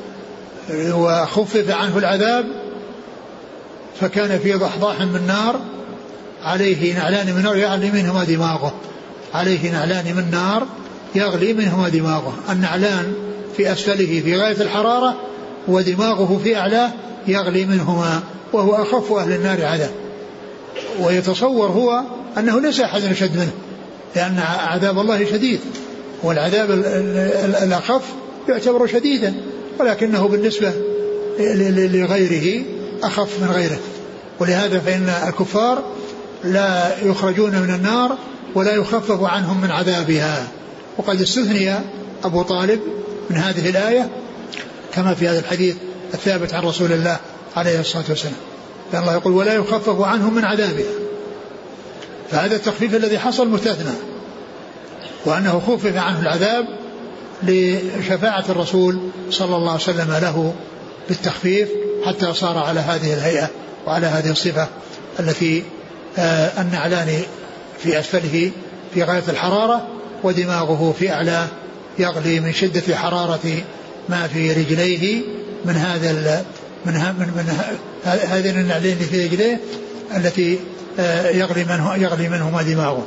وخفف عنه العذاب، فكان في ضحضاح من نار عليه نعلان من نار يغلي منهما دماغه، عليه نعلان من نار يغلي منهما دماغه، النعلان في أسفله في غاية الحرارة ودماغه في أعلاه يغلي منهما، وهو أخف أهل النار عذاب. ويتصور هو أنه ليس أحد أشد منه، لأن عذاب الله شديد، والعذاب الأخف يعتبر شديدا، ولكنه بالنسبة لغيره أخف من غيره. ولهذا فإن الكفار لا يخرجون من النار ولا يخفف عنهم من عذابها. وقد استثني أبو طالب من هذه الآية كما في هذا الحديث الثابت عن رسول الله عليه الصلاة والسلام، لأن الله يقول ولا يخفف عنهم من عذابها، فهذا التخفيف الذي حصل مستثنى، وأنه خفف عنه العذاب لشفاعة الرسول صلى الله عليه وسلم له بالتخفيف حتى صار على هذه الهيئة وعلى هذه الصفة التي آه النعلان في أسفله في غاية الحرارة ودماغه في أعلاه يغلي من شدة حرارة ما في رجليه من هذا من من, من هذين النعلين اللي في رجليه التي آه يغلي منه يغلي منهما دماغه.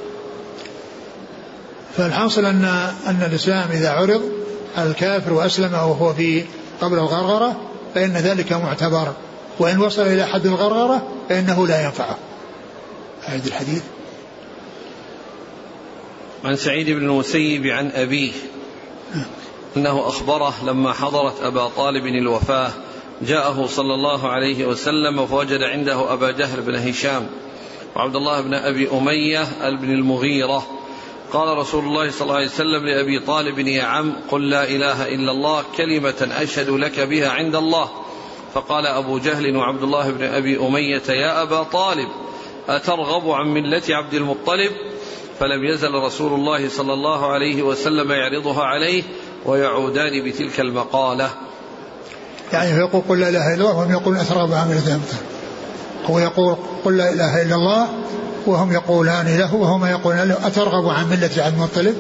فالحاصل أن أن الإسلام إذا عرض على الكافر وأسلم وهو في قبل الغرغرة فإن ذلك معتبر، وإن وصل إلى حد الغرغرة فإنه لا ينفعه. هذا الحديث. عن سعيد بن المسيب عن أبيه أنه أخبره لما حضرت أبا طالب الوفاة جاءه صلى الله عليه وسلم فوجد عنده أبا جهل بن هشام وعبد الله بن أبي أمية بن المغيرة. قال رسول الله صلى الله عليه وسلم لأبي طالب يا عم قل لا إله إلا الله كلمة أشهد لك بها عند الله. فقال أبو جهل وعبد الله بن أبي أمية يا أبا طالب أترغب عن ملة عبد المطلب؟ فلم يزل رسول الله صلى الله عليه وسلم يعرضها عليه ويعودان بتلك المقالة. يعني يقول قل لا إله إلا الله وهم يقولون أترغب عن ملة عبد المطلب، هو يقول قل لا إله إلا الله وهم يقولان له وهم يقولون له أترغب عن ملة عبد المطلب؟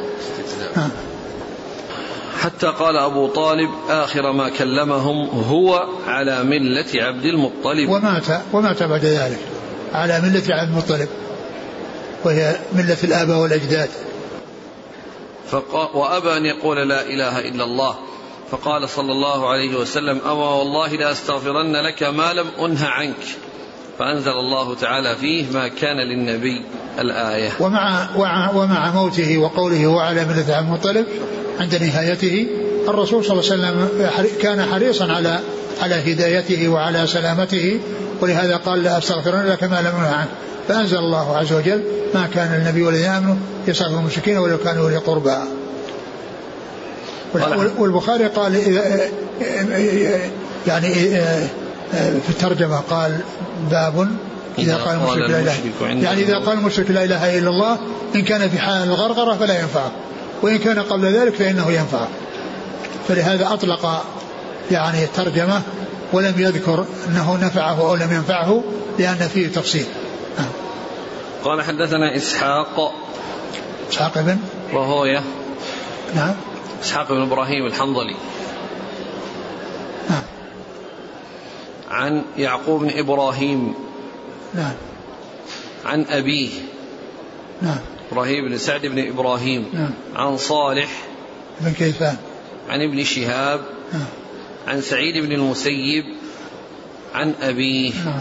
حتى قال أبو طالب آخر ما كلمهم هو على ملة عبد المطلب، ومات ومات بعد ذلك على ملة عبد المطلب وهي ملة الآباء والأجداد. وأبى أن يقول لا إله إلا الله، فقال صلى الله عليه وسلم: أما والله لأستغفرن لك ما لم أنه عنك، فأنزل الله تعالى فيه: ما كان للنبي، الآية. ومع, ومع موته وقوله وعلى ملة عبد المطلب عند نهايته، الرسول صلى الله عليه وسلم كان حريصا على على هدايته وعلى سلامته، ولهذا قال: لا أستغفرن لك ما لم أنه عنك، فأنزل الله عز وجل: ما كان النبي والذين آمنوا يستغفرون المشركين ولو كانوا أولي قربى. والبخاري قال يعني في الترجمة قال: باب إذا قال المشرك لا إله، يعني إذا قال المشرك لا إله إلا الله إن كان في حال الغرغرة فلا ينفعه، وإن كان قبل ذلك فإنه ينفعه. فلهذا أطلق يعني الترجمة ولم يذكر أنه نفعه أو لم ينفعه، لأن فيه تفصيل. قال: حدثنا إسحاق إسحاق بن راهويه. نعم. إسحاق بن إبراهيم الحنظلي. نعم. عن يعقوب بن إبراهيم. نعم. عن أبيه. نعم. إبراهيم بن سعد بن إبراهيم. نعم. عن صالح بن كيسان. عن ابن شهاب. نعم. عن سعيد بن المسيب عن أبيه. نعم.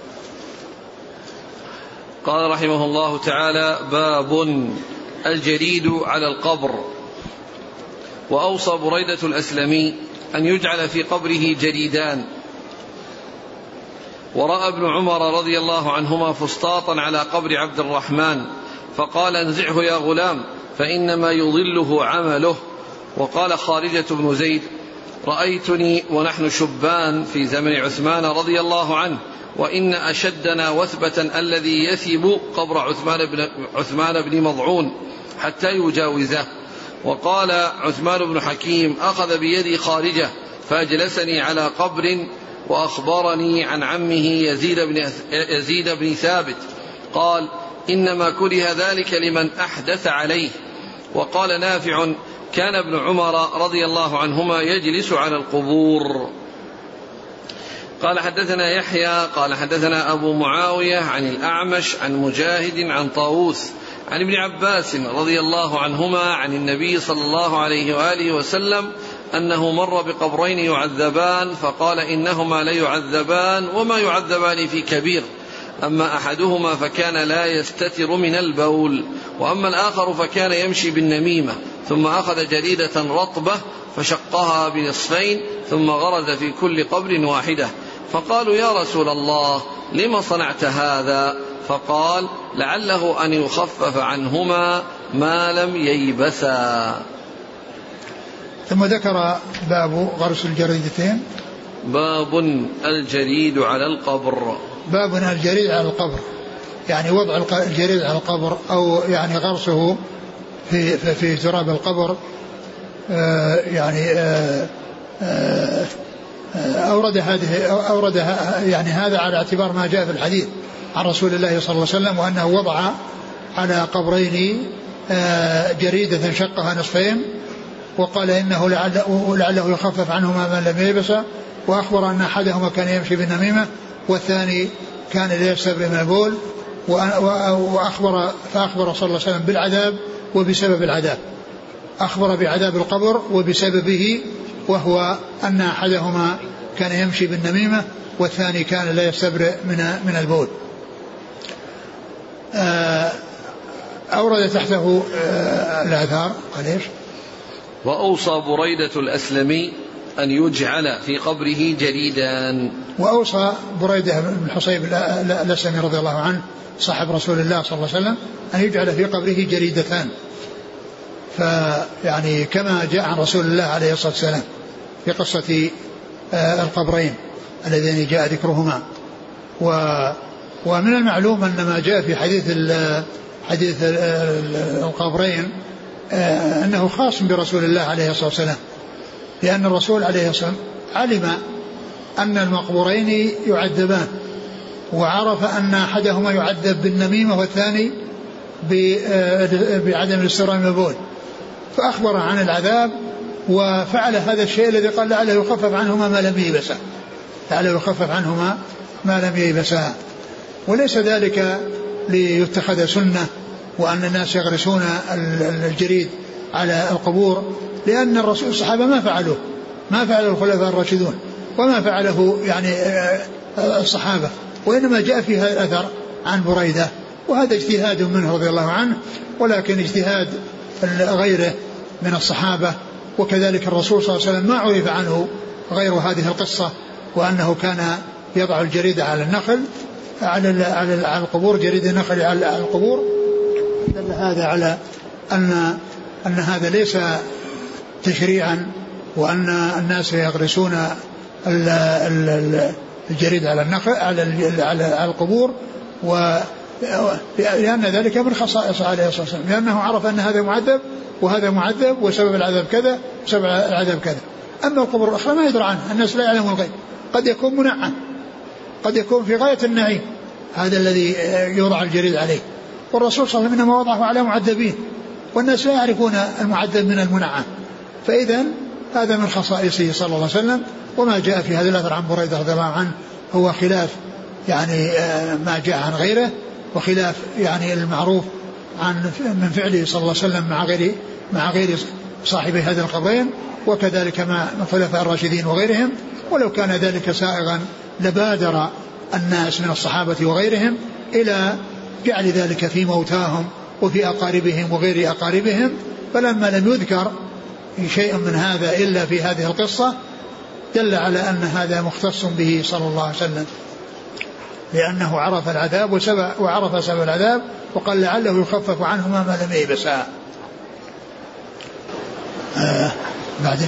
قال رحمه الله تعالى: باب الجريد على القبر. وأوصى بريدة الأسلمي أن يجعل في قبره جريدان. ورأى ابن عمر رضي الله عنهما فسطاطا على قبر عبد الرحمن، فقال: انزعه يا غلام فإنما يضله عمله. وقال خارجة بن زيد: رأيتني ونحن شبان في زمن عثمان رضي الله عنه، وإن أشدنا وثبة الذي يثب قبر عثمان بن, عثمان بن مضعون حتى يجاوزه. وقال عثمان بن حكيم: أخذ بيدي خارجة فأجلسني على قبر، وأخبرني عن عمه يزيد بن, يزيد بن ثابت قال: إنما كره ذلك لمن أحدث عليه. وقال نافع: كان ابن عمر رضي الله عنهما يجلس على القبور. قال: حدثنا يحيى قال: حدثنا أبو معاوية عن الأعمش عن مجاهد عن طاووس عن ابن عباس رضي الله عنهما عن النبي صلى الله عليه وآله وسلم أنه مر بقبرين يعذبان، فقال: إنهما ليعذبان وما يعذبان في كبير، أما أحدهما فكان لا يستتر من البول، وأما الآخر فكان يمشي بالنميمة، ثم أخذ جريدة رطبة فشقها بنصفين ثم غرز في كل قبر واحدة. فقالوا: يا رسول الله لما صنعت هذا؟ فقال: لعله أن يخفف عنهما ما لم ييبسا. ثم ذكر باب غرس الجريدتين. باب الجريد على القبر. باب الجريد على القبر، يعني وضع الجريد على القبر أو يعني غرسه في في, في تراب القبر. آه يعني آه آه أورد هذه أورد يعني هذا على اعتبار ما جاء في الحديث عن رسول الله صلى الله عليه وسلم، وأنه وضع على قبرين آه جريدة شقها نصفين، وقال إنه لعله, لعله يخفف عنهما ما لم ييبس، وأخبر أن أحدهما كان يمشي بالنميمة والثاني كان لا يستبرئ من البول، وأخبر فأخبر صلى الله عليه وسلم بالعذاب وبسبب العذاب، أخبر بعذاب القبر وبسببه، وهو أن أحدهما كان يمشي بالنميمة والثاني كان لا يستبرئ من من البول. أورد تحته الآثار. قال إيش؟ وأوصى بريدة الأسلمي أن يجعل في قبره جريدان. وأوصى بريدة بن حصيب الأسلمي رضي الله عنه صاحب رسول الله صلى الله عليه وسلم أن يجعل في قبره جريدتان، فيعني كما جاء عن رسول الله عليه الصلاة والسلام في قصة القبرين اللذين جاء ذكرهما. ومن المعلوم أن ما جاء في حديث حديث القبرين أنه خاص برسول الله عليه الصلاة والسلام، لأن الرسول عليه الصلاة والسلام علم أن المقبورين يعذبان، وعرف أن أحدهما يعذب بالنميمة والثاني بعدم الاستراء من البول، فأخبر عن العذاب وفعل هذا الشيء الذي قال لعله يخفف عنهما ما لم ييبسا، لعله يخفف عنهما ما لم ييبسا. وليس ذلك ليتخذ سنة وأن الناس يغرسون الجريد على القبور، لأن الرسول الصحابة ما فعلوه، ما فعله الخلفاء الراشدون وما فعله يعني الصحابة، وإنما جاء في هذا الأثر عن بريدة، وهذا اجتهاد منه رضي الله عنه، ولكن اجتهاد غيره من الصحابة. وكذلك الرسول صلى الله عليه وسلم ما عرف عنه غير هذه القصة، وأنه كان يضع الجريد على النخل على على القبور، جريد النخل على القبور. دل هذا على أن أن هذا ليس تشريعا، وأن الناس يغرسون الجريد على النخل على على القبور، ولأن ذلك من خصائص عليه الصلاة والسلام، لأنه عرف أن هذا معذب وهذا معذب وسبب العذاب كذا وسبب العذاب كذا. أما القبور الأخرى ما يدرى عنها، الناس لا يعلمون الغيب، قد يكون منعم، قد يكون في غاية النعيم هذا الذي يوضع الجريد عليه، والرسول صلى الله عليه وسلم إنما وضعه على معذبين، والناس لا يعرفون المعذب من المنعم. فإذا هذا من خصائصه صلى الله عليه وسلم. وما جاء في هذا الأثر عن بريدة رضي الله عنه هو خلاف يعني ما جاء عن غيره، وخلاف يعني المعروف عن من فعله صلى الله عليه وسلم مع غير مع غير صاحبي هذا القبرين، وكذلك مع الخلفاء الراشدين وغيرهم. ولو كان ذلك سائغا لبادر الناس من الصحابة وغيرهم إلى جعل ذلك في موتاهم وفي أقاربهم وغير أقاربهم، فلما لم يذكر شيء من هذا إلا في هذه القصة دل على أن هذا مختص به صلى الله عليه وسلم، لأنه عرف العذاب وسبب وعرف سبب العذاب، وقال لعله يخفف عنهما ما لم ييبسا. آه بعد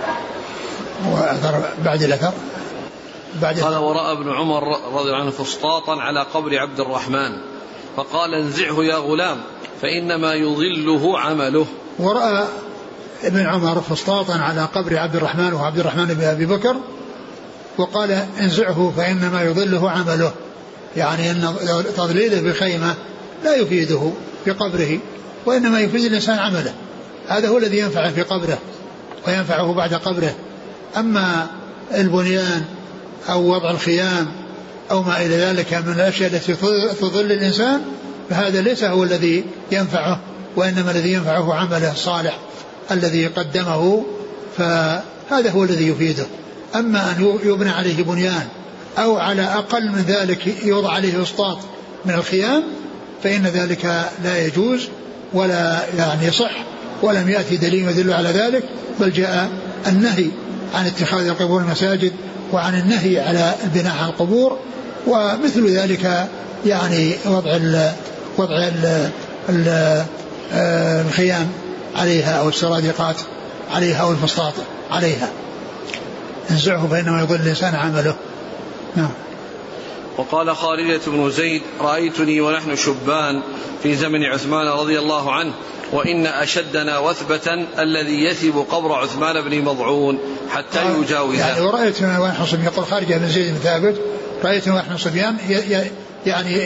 بعد الأثر بعد قال ورأى ابن عمر رضي الله عنه فسطاطا على قبر عبد الرحمن فقال انزعه يا غلام فإنما يضله عمله. ورأى ابن عمر فسطاطا على قبر عبد الرحمن وعبد الرحمن بن أبي بكر وقال انزعه فإنما يضله عمله، يعني أن تضليله بخيمة لا يفيده في قبره، وإنما يفيد الإنسان عمله، هذا هو الذي ينفعه في قبره وينفعه بعد قبره. أما البنيان أو وضع الخيام أو ما إلى ذلك من الأشياء التي تضل الإنسان فهذا ليس هو الذي ينفعه، وإنما الذي ينفعه عمله الصالح الذي قدمه، فهذا هو الذي يفيده. أما أن يبنى عليه بنيان أو على أقل من ذلك يوضع عليه أسطاط من الخيام فإن ذلك لا يجوز ولا يعني صح، ولم يأتي دليل يدل على ذلك، بل جاء النهي عن اتخاذ القبور المساجد وعن النهي على البناء على القبور. ومثل ذلك يعني وضع ال وضع ال ال الخيام عليها أو السرادقات عليها أو الفسطاط عليها. انزعه فإنما يضل الإنسان عمله. نعم. وقال خارجة بن زيد رأيتني ونحن شبان في زمن عثمان رضي الله عنه وإن أشدنا وثبة الذي يثب قبر عثمان بن مضعون حتى يجاوزه. يعني ورأيتنا ونحن صبيان، يقول خارجة بن زيد بن ثابت رأيتنا ونحن صبيان يعني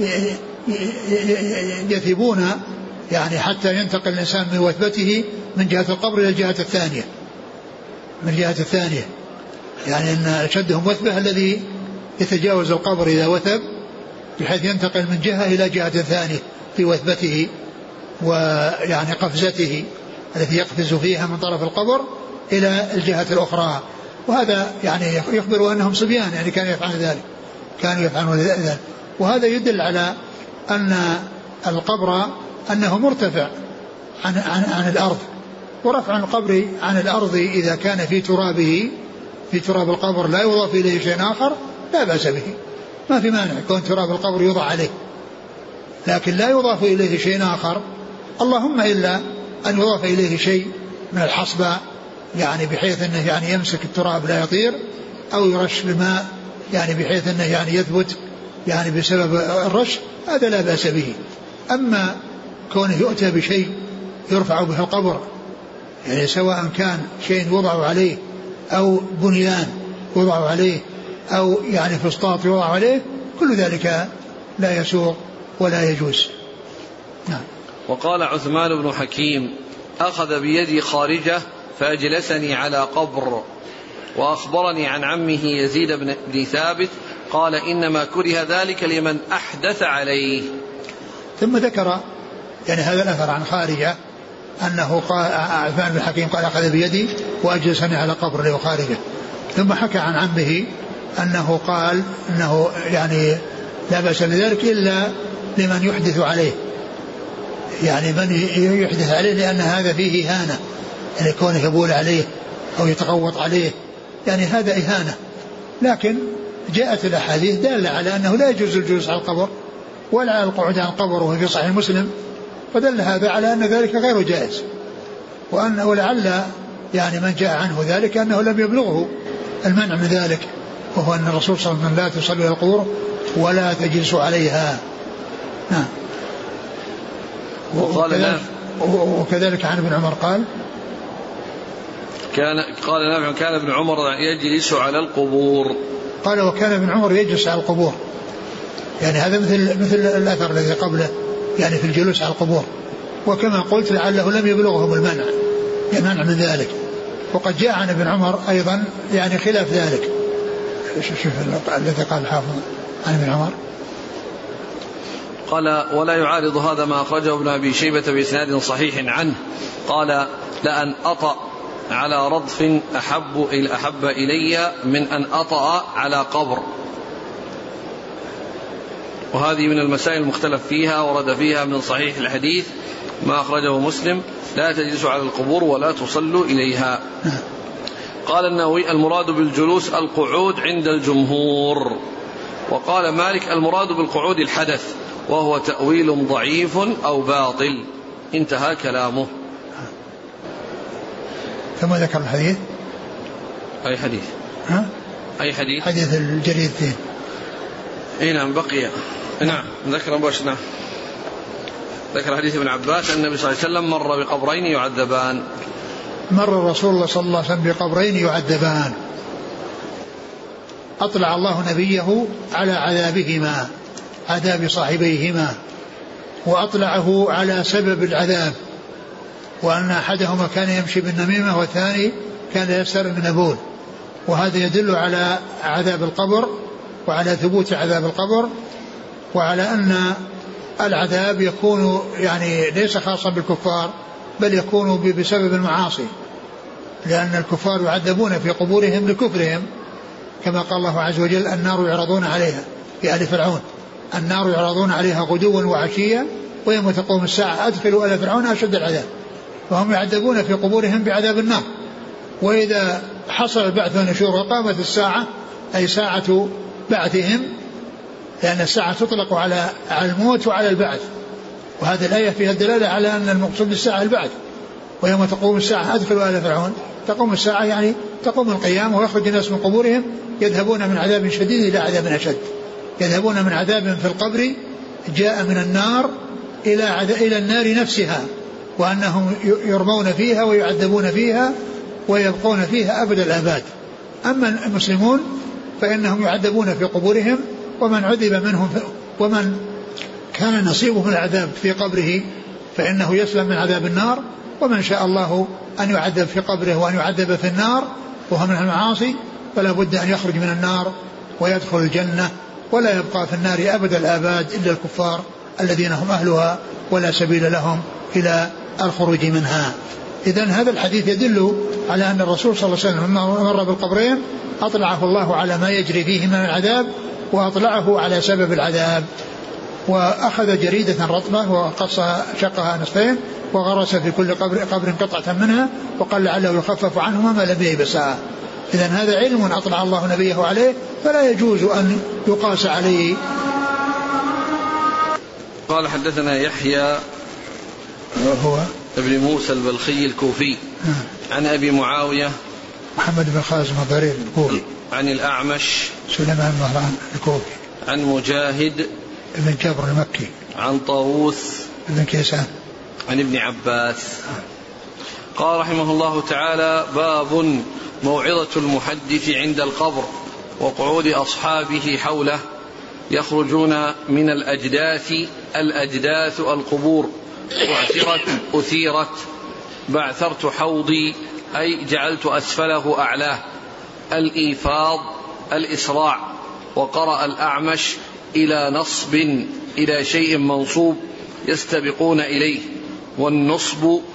يثبون يعني حتى ينتقل الإنسان من وثبته من جهة القبر إلى الجهة الثانية من جهة الثانية يعني أن أشدهم وثبة الذي يتجاوز القبر إذا وثب بحيث ينتقل من جهة إلى جهة ثانية في وثبته ويعني قفزته التي يقفز فيها من طرف القبر إلى الجهة الأخرى. وهذا يعني يخبر أنهم صبيان، يعني كانوا يفعلون ذلك كانوا يفعلون ذلك وهذا يدل على أن القبر أنه مرتفع عن, عن, عن الأرض، ورفع القبر عن الأرض إذا كان في ترابه في تراب القبر لا يضاف إليه شيء آخر لا بأس به، ما في مانع كون تراب القبر يوضع عليه، لكن لا يضاف إليه شيء آخر، اللهم إلا أن يضاف إليه شيء من الحصبة يعني بحيث أنه يعني يمسك التراب لا يطير، أو يرش بماء يعني بحيث أنه يعني يثبت يعني بسبب الرش، هذا لا بأس به. أما كونه يؤتى بشيء يرفع به القبر يعني سواء كان شيء يوضع عليه أو بنيان يوضع عليه أو يعني فسطاط يوضع عليه، كل ذلك لا يسوغ ولا يجوز. نعم. وقال عثمان بن حكيم أخذ بيدي خارجة فأجلسني على قبر، وأخبرني عن عمه يزيد بن ثابت قال إنما كره ذلك لمن أحدث عليه. ثم ذكر يعني هذا الأثر عن خارجة أنه قال عثمان بن الحكيم قال أخذ بيدي وأجلسني على قبر لأخارجه. ثم حكى عن عمه أنه قال أنه يعني لا بأس بذلك إلا لمن يحدث عليه، يعني من يحدث عليه، لأن هذا فيه إهانة، يعني كونه يبول عليه أو يتغوط عليه يعني هذا إهانة. لكن جاءت الأحاديث دالة على أنه لا يجوز الجلوس على القبر ولا على القعود عن القبر، وهو في صحيح مسلم، فدل هذا على أن ذلك غير جائز، وأنه ولعل يعني من جاء عنه ذلك أنه لم يبلغه المنع من ذلك، وهو أن الرسول صلى الله عليه وسلم لا تصلي إلى القبور ولا تجلس عليها. نعم. وكذلك, وكذلك عن ابن عمر قال كان قال نافع كان ابن عمر يجلس على القبور. قال وكان ابن عمر يجلس على القبور، يعني هذا مثل مثل الأثر الذي قبله، يعني في الجلوس على القبور. وكما قلت لعله لم يبلغهم المنع المنع من ذلك. وقد جاء عن ابن عمر أيضا يعني خلاف ذلك. شوف الذي قال الحافظ عن ابن عمر قال ولا يعارض هذا ما أخرجه ابن أبي شيبة بإسناد صحيح عنه قال لأن أطأ على رضف أحب إلى أحب إلي من أن أطأ على قبر. وهذه من المسائل المختلف فيها، ورد فيها من صحيح الحديث ما أخرجه مسلم لا تجلسوا على القبور ولا تصلوا إليها. قال النووي المراد بالجلوس القعود عند الجمهور. وقال مالك المراد بالقعود الحدث، وهو تأويل ضعيف أو باطل. انتهى كلامه. ثم ذكر الحديث. أي حديث؟ ها؟ أي حديث؟ حديث الجريدتين. اي نعم بقي. نعم ذكر بوشنا ذكر حديث ابن عباس أن النبي صلى الله عليه وسلم مر بقبرين يعذبان. مر الرسول الله صلى الله عليه وسلم بقبرين يعذبان، أطلع الله نبيه على عذابهما، عذاب صاحبيهما، وأطلعه على سبب العذاب، وأن أحدهما كان يمشي بالنميمة والثاني كان يسر من البول. وهذا يدل على عذاب القبر وعلى ثبوت عذاب القبر، وعلى أن العذاب يكون يعني ليس خاصا بالكفار بل يكون بسبب المعاصي، لأن الكفار يعذبون في قبورهم لكفرهم، كما قال الله عز وجل النار يعرضون عليها في آل فرعون، النار يعرضون عليها غدوا وعشيا ويوم تقوم الساعة أدخلوا آل فرعون أشد العذاب. فهم يعذبون في قبورهم بعذاب النار. وإذا حصل البعث والنشور وقامت الساعة أي ساعة بعثهم، لأن الساعة تطلق على الموت وعلى البعث، وهذه الآية فيها الدلالة على أن المقصود بالساعة البعث. ويوم تقوم الساعة أدخلوا آل فرعون، تقوم الساعة يعني تقوم القيامة ويخرج الناس من قبورهم يذهبون من عذاب شديد إلى عذاب أشد، يذهبون من عذاب في القبر جاء من النار إلى إلى النار نفسها، وأنهم يرمون فيها ويعذبون فيها ويبقون فيها أبد الآباد. أما المسلمون فإنهم يعذبون في قبورهم، ومن عذب منهم ومن كان نصيبه من العذاب في قبره فإنه يسلم من عذاب النار، ومن شاء الله أن يعذب في قبره وأن يعذب في النار وهو من المعاصي فلا بد أن يخرج من النار ويدخل الجنة، ولا يبقى في النار أبد الآباد إلا الكفار الذين هم أهلها ولا سبيل لهم إلى الخروج منها. إذن هذا الحديث يدل على أن الرسول صلى الله عليه وسلم مر بالقبرين أطلعه الله على ما يجري فيه من العذاب، وأطلعه على سبب العذاب، وأخذ جريدة رطبة وقص شقها نصفين وغرس في كل قبر, قبر قطعة منها، وقال لعله يخفف عنهما ما لم ييبسا. إذن هذا علم أطلع الله نبيه عليه فلا يجوز أن يقاس عليه. قال حدثنا يحيى وهو ابن موسى البلخي الكوفي عن أبي معاوية محمد بن خازم الضرير الكوفي عن الأعمش سليمان مهران الكوفي عن مجاهد ابن جبر المكي عن طاووس ابن كيسان عن ابن عباس قال رحمه الله تعالى باب موعظة المحدث عند القبر وقعود أصحابه حوله يخرجون من الأجداث الأجداث القبور أعثرت أثيرت بعثرت حوضي أي جعلت أسفله أعلاه الإيفاض الإسراع. وقرأ الأعمش إلى نصب إلى شيء منصوب يستبقون إليه، والنصب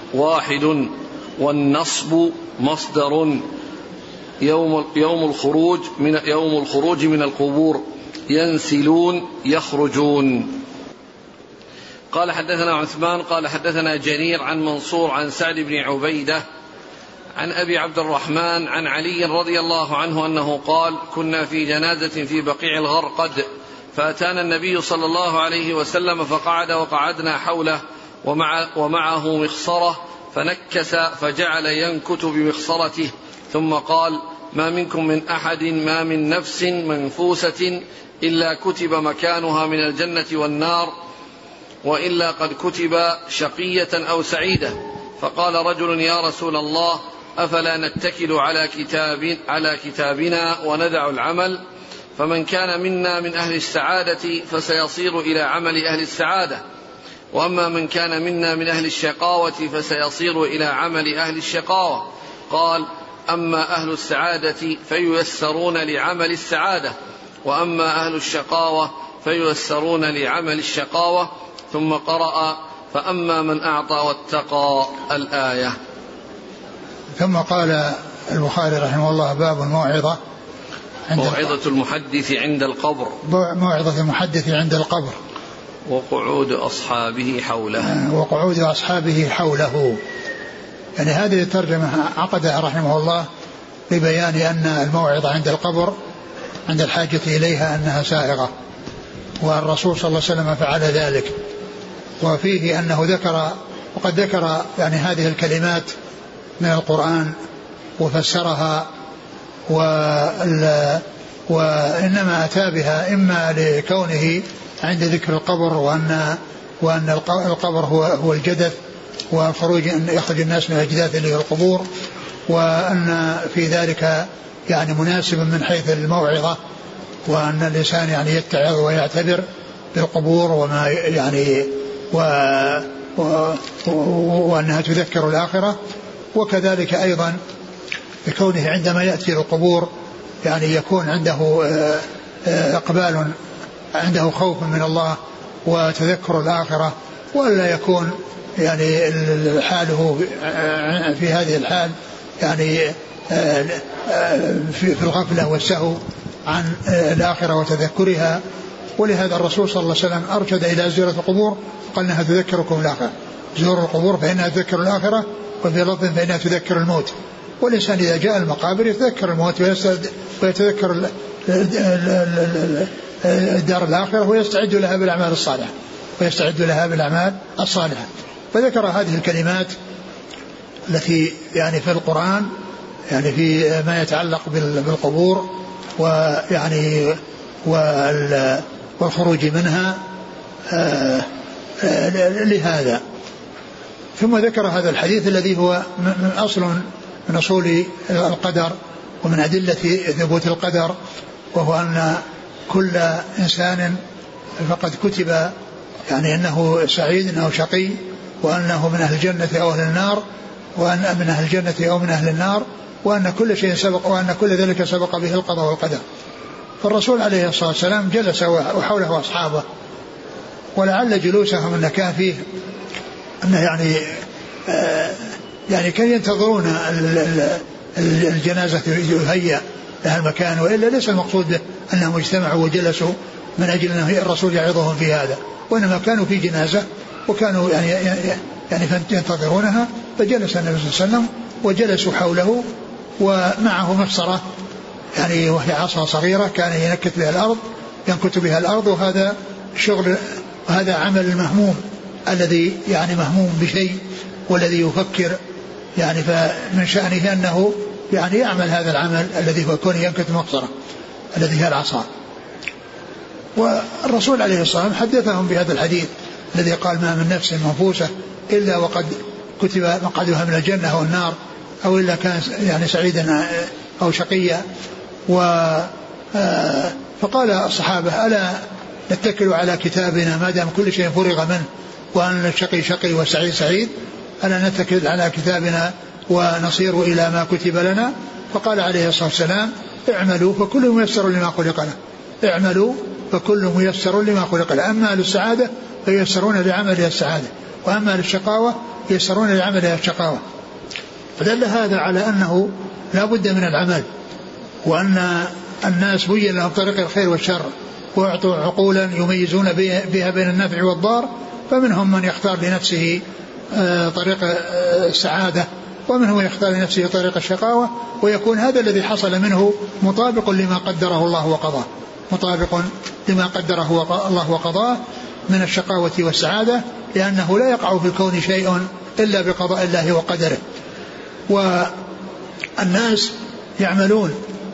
واحد والنصب مصدر يوم يوم الخروج من يوم الخروج من القبور ينسلون يخرجون. قال حدثنا عثمان قال حدثنا جرير عن منصور عن سعد بن عبيدة عن أبي عبد الرحمن عن علي رضي الله عنه أنه قال كنا في جنازة في بقيع الغرقد فأتانا النبي صلى الله عليه وسلم فقعد وقعدنا حوله ومع ومعه مخصرة فنكس فجعل ينكت بمخصرته ثم قال ما منكم من أحد ما من نفس منفوسة إلا كتب مكانها من الجنة والنار وإلا قد كتب شقية أو سعيدة. فقال رجل يا رسول الله أفلا نتكل على كتاب على كتابنا وندع العمل فمن كان منا من أهل السعادة فسيصير إلى عمل أهل السعادة وأما من كان منا من أهل الشقاوة فسيصير إلى عمل أهل الشقاوة. قال أما أهل السعادة فييسرون لعمل السعادة وأما أهل الشقاوة فييسرون لعمل الشقاوة. ثم قرأ فأما من أعطى واتقى الآية. ثم قال البخاري رحمه الله باب الموعظة عند موعظة المحدث عند القبر موعظة المحدث عند القبر وقعود أصحابه حوله وقعود أصحابه حوله. يعني هذه الترجمة عقدها رحمه الله لبيان أن الموعظة عند القبر عند الحاجة إليها أنها سائغة والرسول صلى الله عليه وسلم فعل ذلك. وفيه أنه ذكر وقد ذكر يعني هذه الكلمات من القرآن وفسرها وإنما أتى بها إما لكونه عند ذكر القبر وأن وأن القبر هو هو الجدث وخروج يخرج الناس من الأجداث إلى القبور وأن في ذلك يعني مناسب من حيث الموعظة وأن الإنسان يعني يتعظ ويعتبر بالقبور وما يعني و و وأنها تذكر الآخرة. وكذلك أيضا بكونه عندما يأتي القبور يعني يكون عنده إقبال عنده خوف من الله وتذكر الآخرة ولا يكون يعني حاله في هذه الحال يعني في الغفلة والسهو عن الآخرة وتذكرها. ولهذا الرسول صلى الله عليه وسلم أرشد إلى زيارة القبور قال إنها تذكركم الآخرة زوروا القبور فإنها تذكر الآخرة وفي لفظ فإنها تذكر الموت. والإنسان إذا جاء المقابر يتذكر الموت ويتذكر الدار الآخرة ويستعد لها بالأعمال الصالحة ويستعد لها بالأعمال الصالحة. فذكر هذه الكلمات التي يعني في القرآن يعني في ما يتعلق بالقبور ويعني والخروج منها لهذا. ثم ذكر هذا الحديث الذي هو من أصل من أصول القدر ومن أدلة ثبوت القدر وهو أن كل إنسان فقد كتب يعني أنه سعيد أو شقي وأنه من أهل الجنة أو أهل النار وأن من أهل الجنة أو من أهل النار وأن كل شيء سبق وأن كل ذلك سبق به القضاء والقدر. فالرسول عليه الصلاة والسلام جلس وحوله أصحابه ولعل جلوسهم أن كان فيه أنه يعني آه يعني كانوا ينتظرون الجنازة يهيأ لها المكان وإلا ليس المقصود به أنهم اجتمعوا وجلسوا من أجل أن الرسول يعظهم في هذا وإنما كانوا في جنازة وكانوا يعني يعني ينتظرونها فجلس النبي صلى الله عليه وسلم وجلسوا حوله ومعه مفصرة يعني وهي عصا صغيرة كان ينكت بها الأرض ينكت بها الأرض. وهذا شغل وهذا عمل المهموم الذي يعني مهموم بشيء والذي يفكر يعني فمن شأنه أنه يعني يعمل هذا العمل الذي هو كون ينكت مفصرة الذي هي العصا. والرسول عليه الصلاة والسلام حدثهم بهذا الحديث الذي قال ما من نفس منفوسة إلا وقد كتب مقعدها من الجنة أو النار أو إلا كان يعني سعيدا أو شقيا. و فقال الصحابة ألا نتكل على كتابنا ما دام كل شيء فرغ منه وأن الشقي شقي والسعيد سعيد ألا نتكل على كتابنا ونصير إلى ما كتب لنا. فقال عليه الصلاة والسلام اعملوا فكل ميسر لما خلق له اعملوا فكل ميسر لما خلق له أما أهل السعادة فييسرون لعمل السعادة وأما للشقاوة يسرون للعمل إلى الشقاوة. فدل هذا على أنه لا بد من العمل، وأن الناس بين لهم طريق الخير والشر وأعطوا عقولا يميزون بها بين النافع والضار، فمنهم من يختار لنفسه طريق السعادة ومنهم من يختار لنفسه طريق الشقاوة، ويكون هذا الذي حصل منه مطابق لما قدره الله وقضاه مطابق لما قدره الله وقضاه من الشقاوة والسعادة، لأنه لا يقع في الكون شيء إلا بقضاء الله وقدره. والناس يعملون،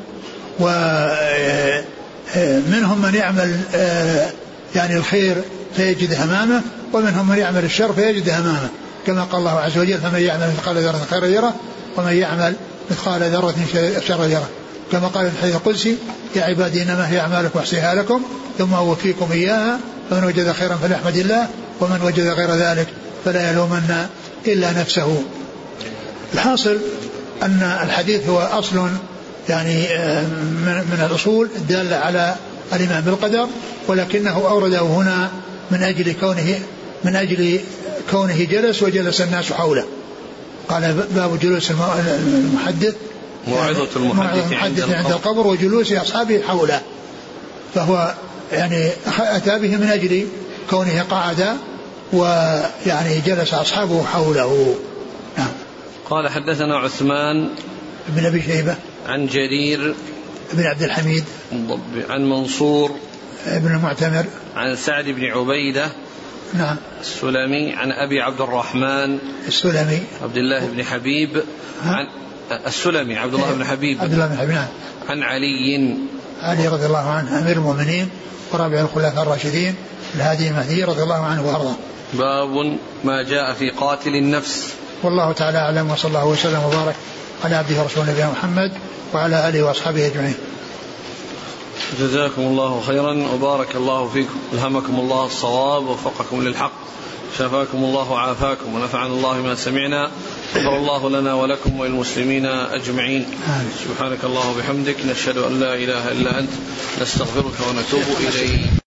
ومنهم من يعمل يعني الخير فيجد أمامه، ومنهم من يعمل الشر فيجد أمامه، كما قال الله عز وجل: فمن يعمل مثقال ذرة خيرا يره ومن يعمل مثقال ذرة شرا يره. كما قال في الحديث القدسي: يا عبادي إنما هي أعمالكم أحصيها لكم ثم أوفيكم إياها فمن وجد خيرا فليحمد الله ومن وجد غير ذلك فلا يلومن إلا نفسه. الحاصل أن الحديث هو أصل يعني من الأصول الدالة على الإيمان بالقدر، ولكنه أورده هنا من أجل كونه من أجل كونه جلس وجلس الناس حوله. قال: باب جلوس المحدث موعظة المحدث عند القبر وجلوس أصحابه حوله، فهو يعني أتى به من أجل كونه قعد ويعني جلس أصحابه حوله. نعم. قال: حدثنا عثمان بن أبي شيبة عن جرير بن عبد الحميد عن منصور ابن المعتمر عن سعد بن عبيدة نعم السلمي عن أبي عبد الرحمن السلمي عبد الله بن حبيب عن السلمي عبد الله بن حبيب عبد الله بن حبيب نعم. عن علي علي رضي الله عنه أمير المؤمنين ورابع الخلفاء الراشدين الهادي المهدي رضي الله عنه وأرضاه. باب ما جاء في قاتل النفس. والله تعالى أعلم، وصلى الله وسلم وبارك على عبده ورسوله نبينا محمد وعلى آله وأصحابه أجمعين. جزاكم الله خيرا وبارك الله فيكم، ألهمكم الله الصواب ووفقكم للحق، شفاكم الله وعافاكم ونفعنا الله ما سمعنا، غفر الله لنا ولكم وللمسلمين أجمعين. سبحانك الله وبحمدك، نشهد أن لا إله إلا أنت، نستغفرك ونتوب إليك.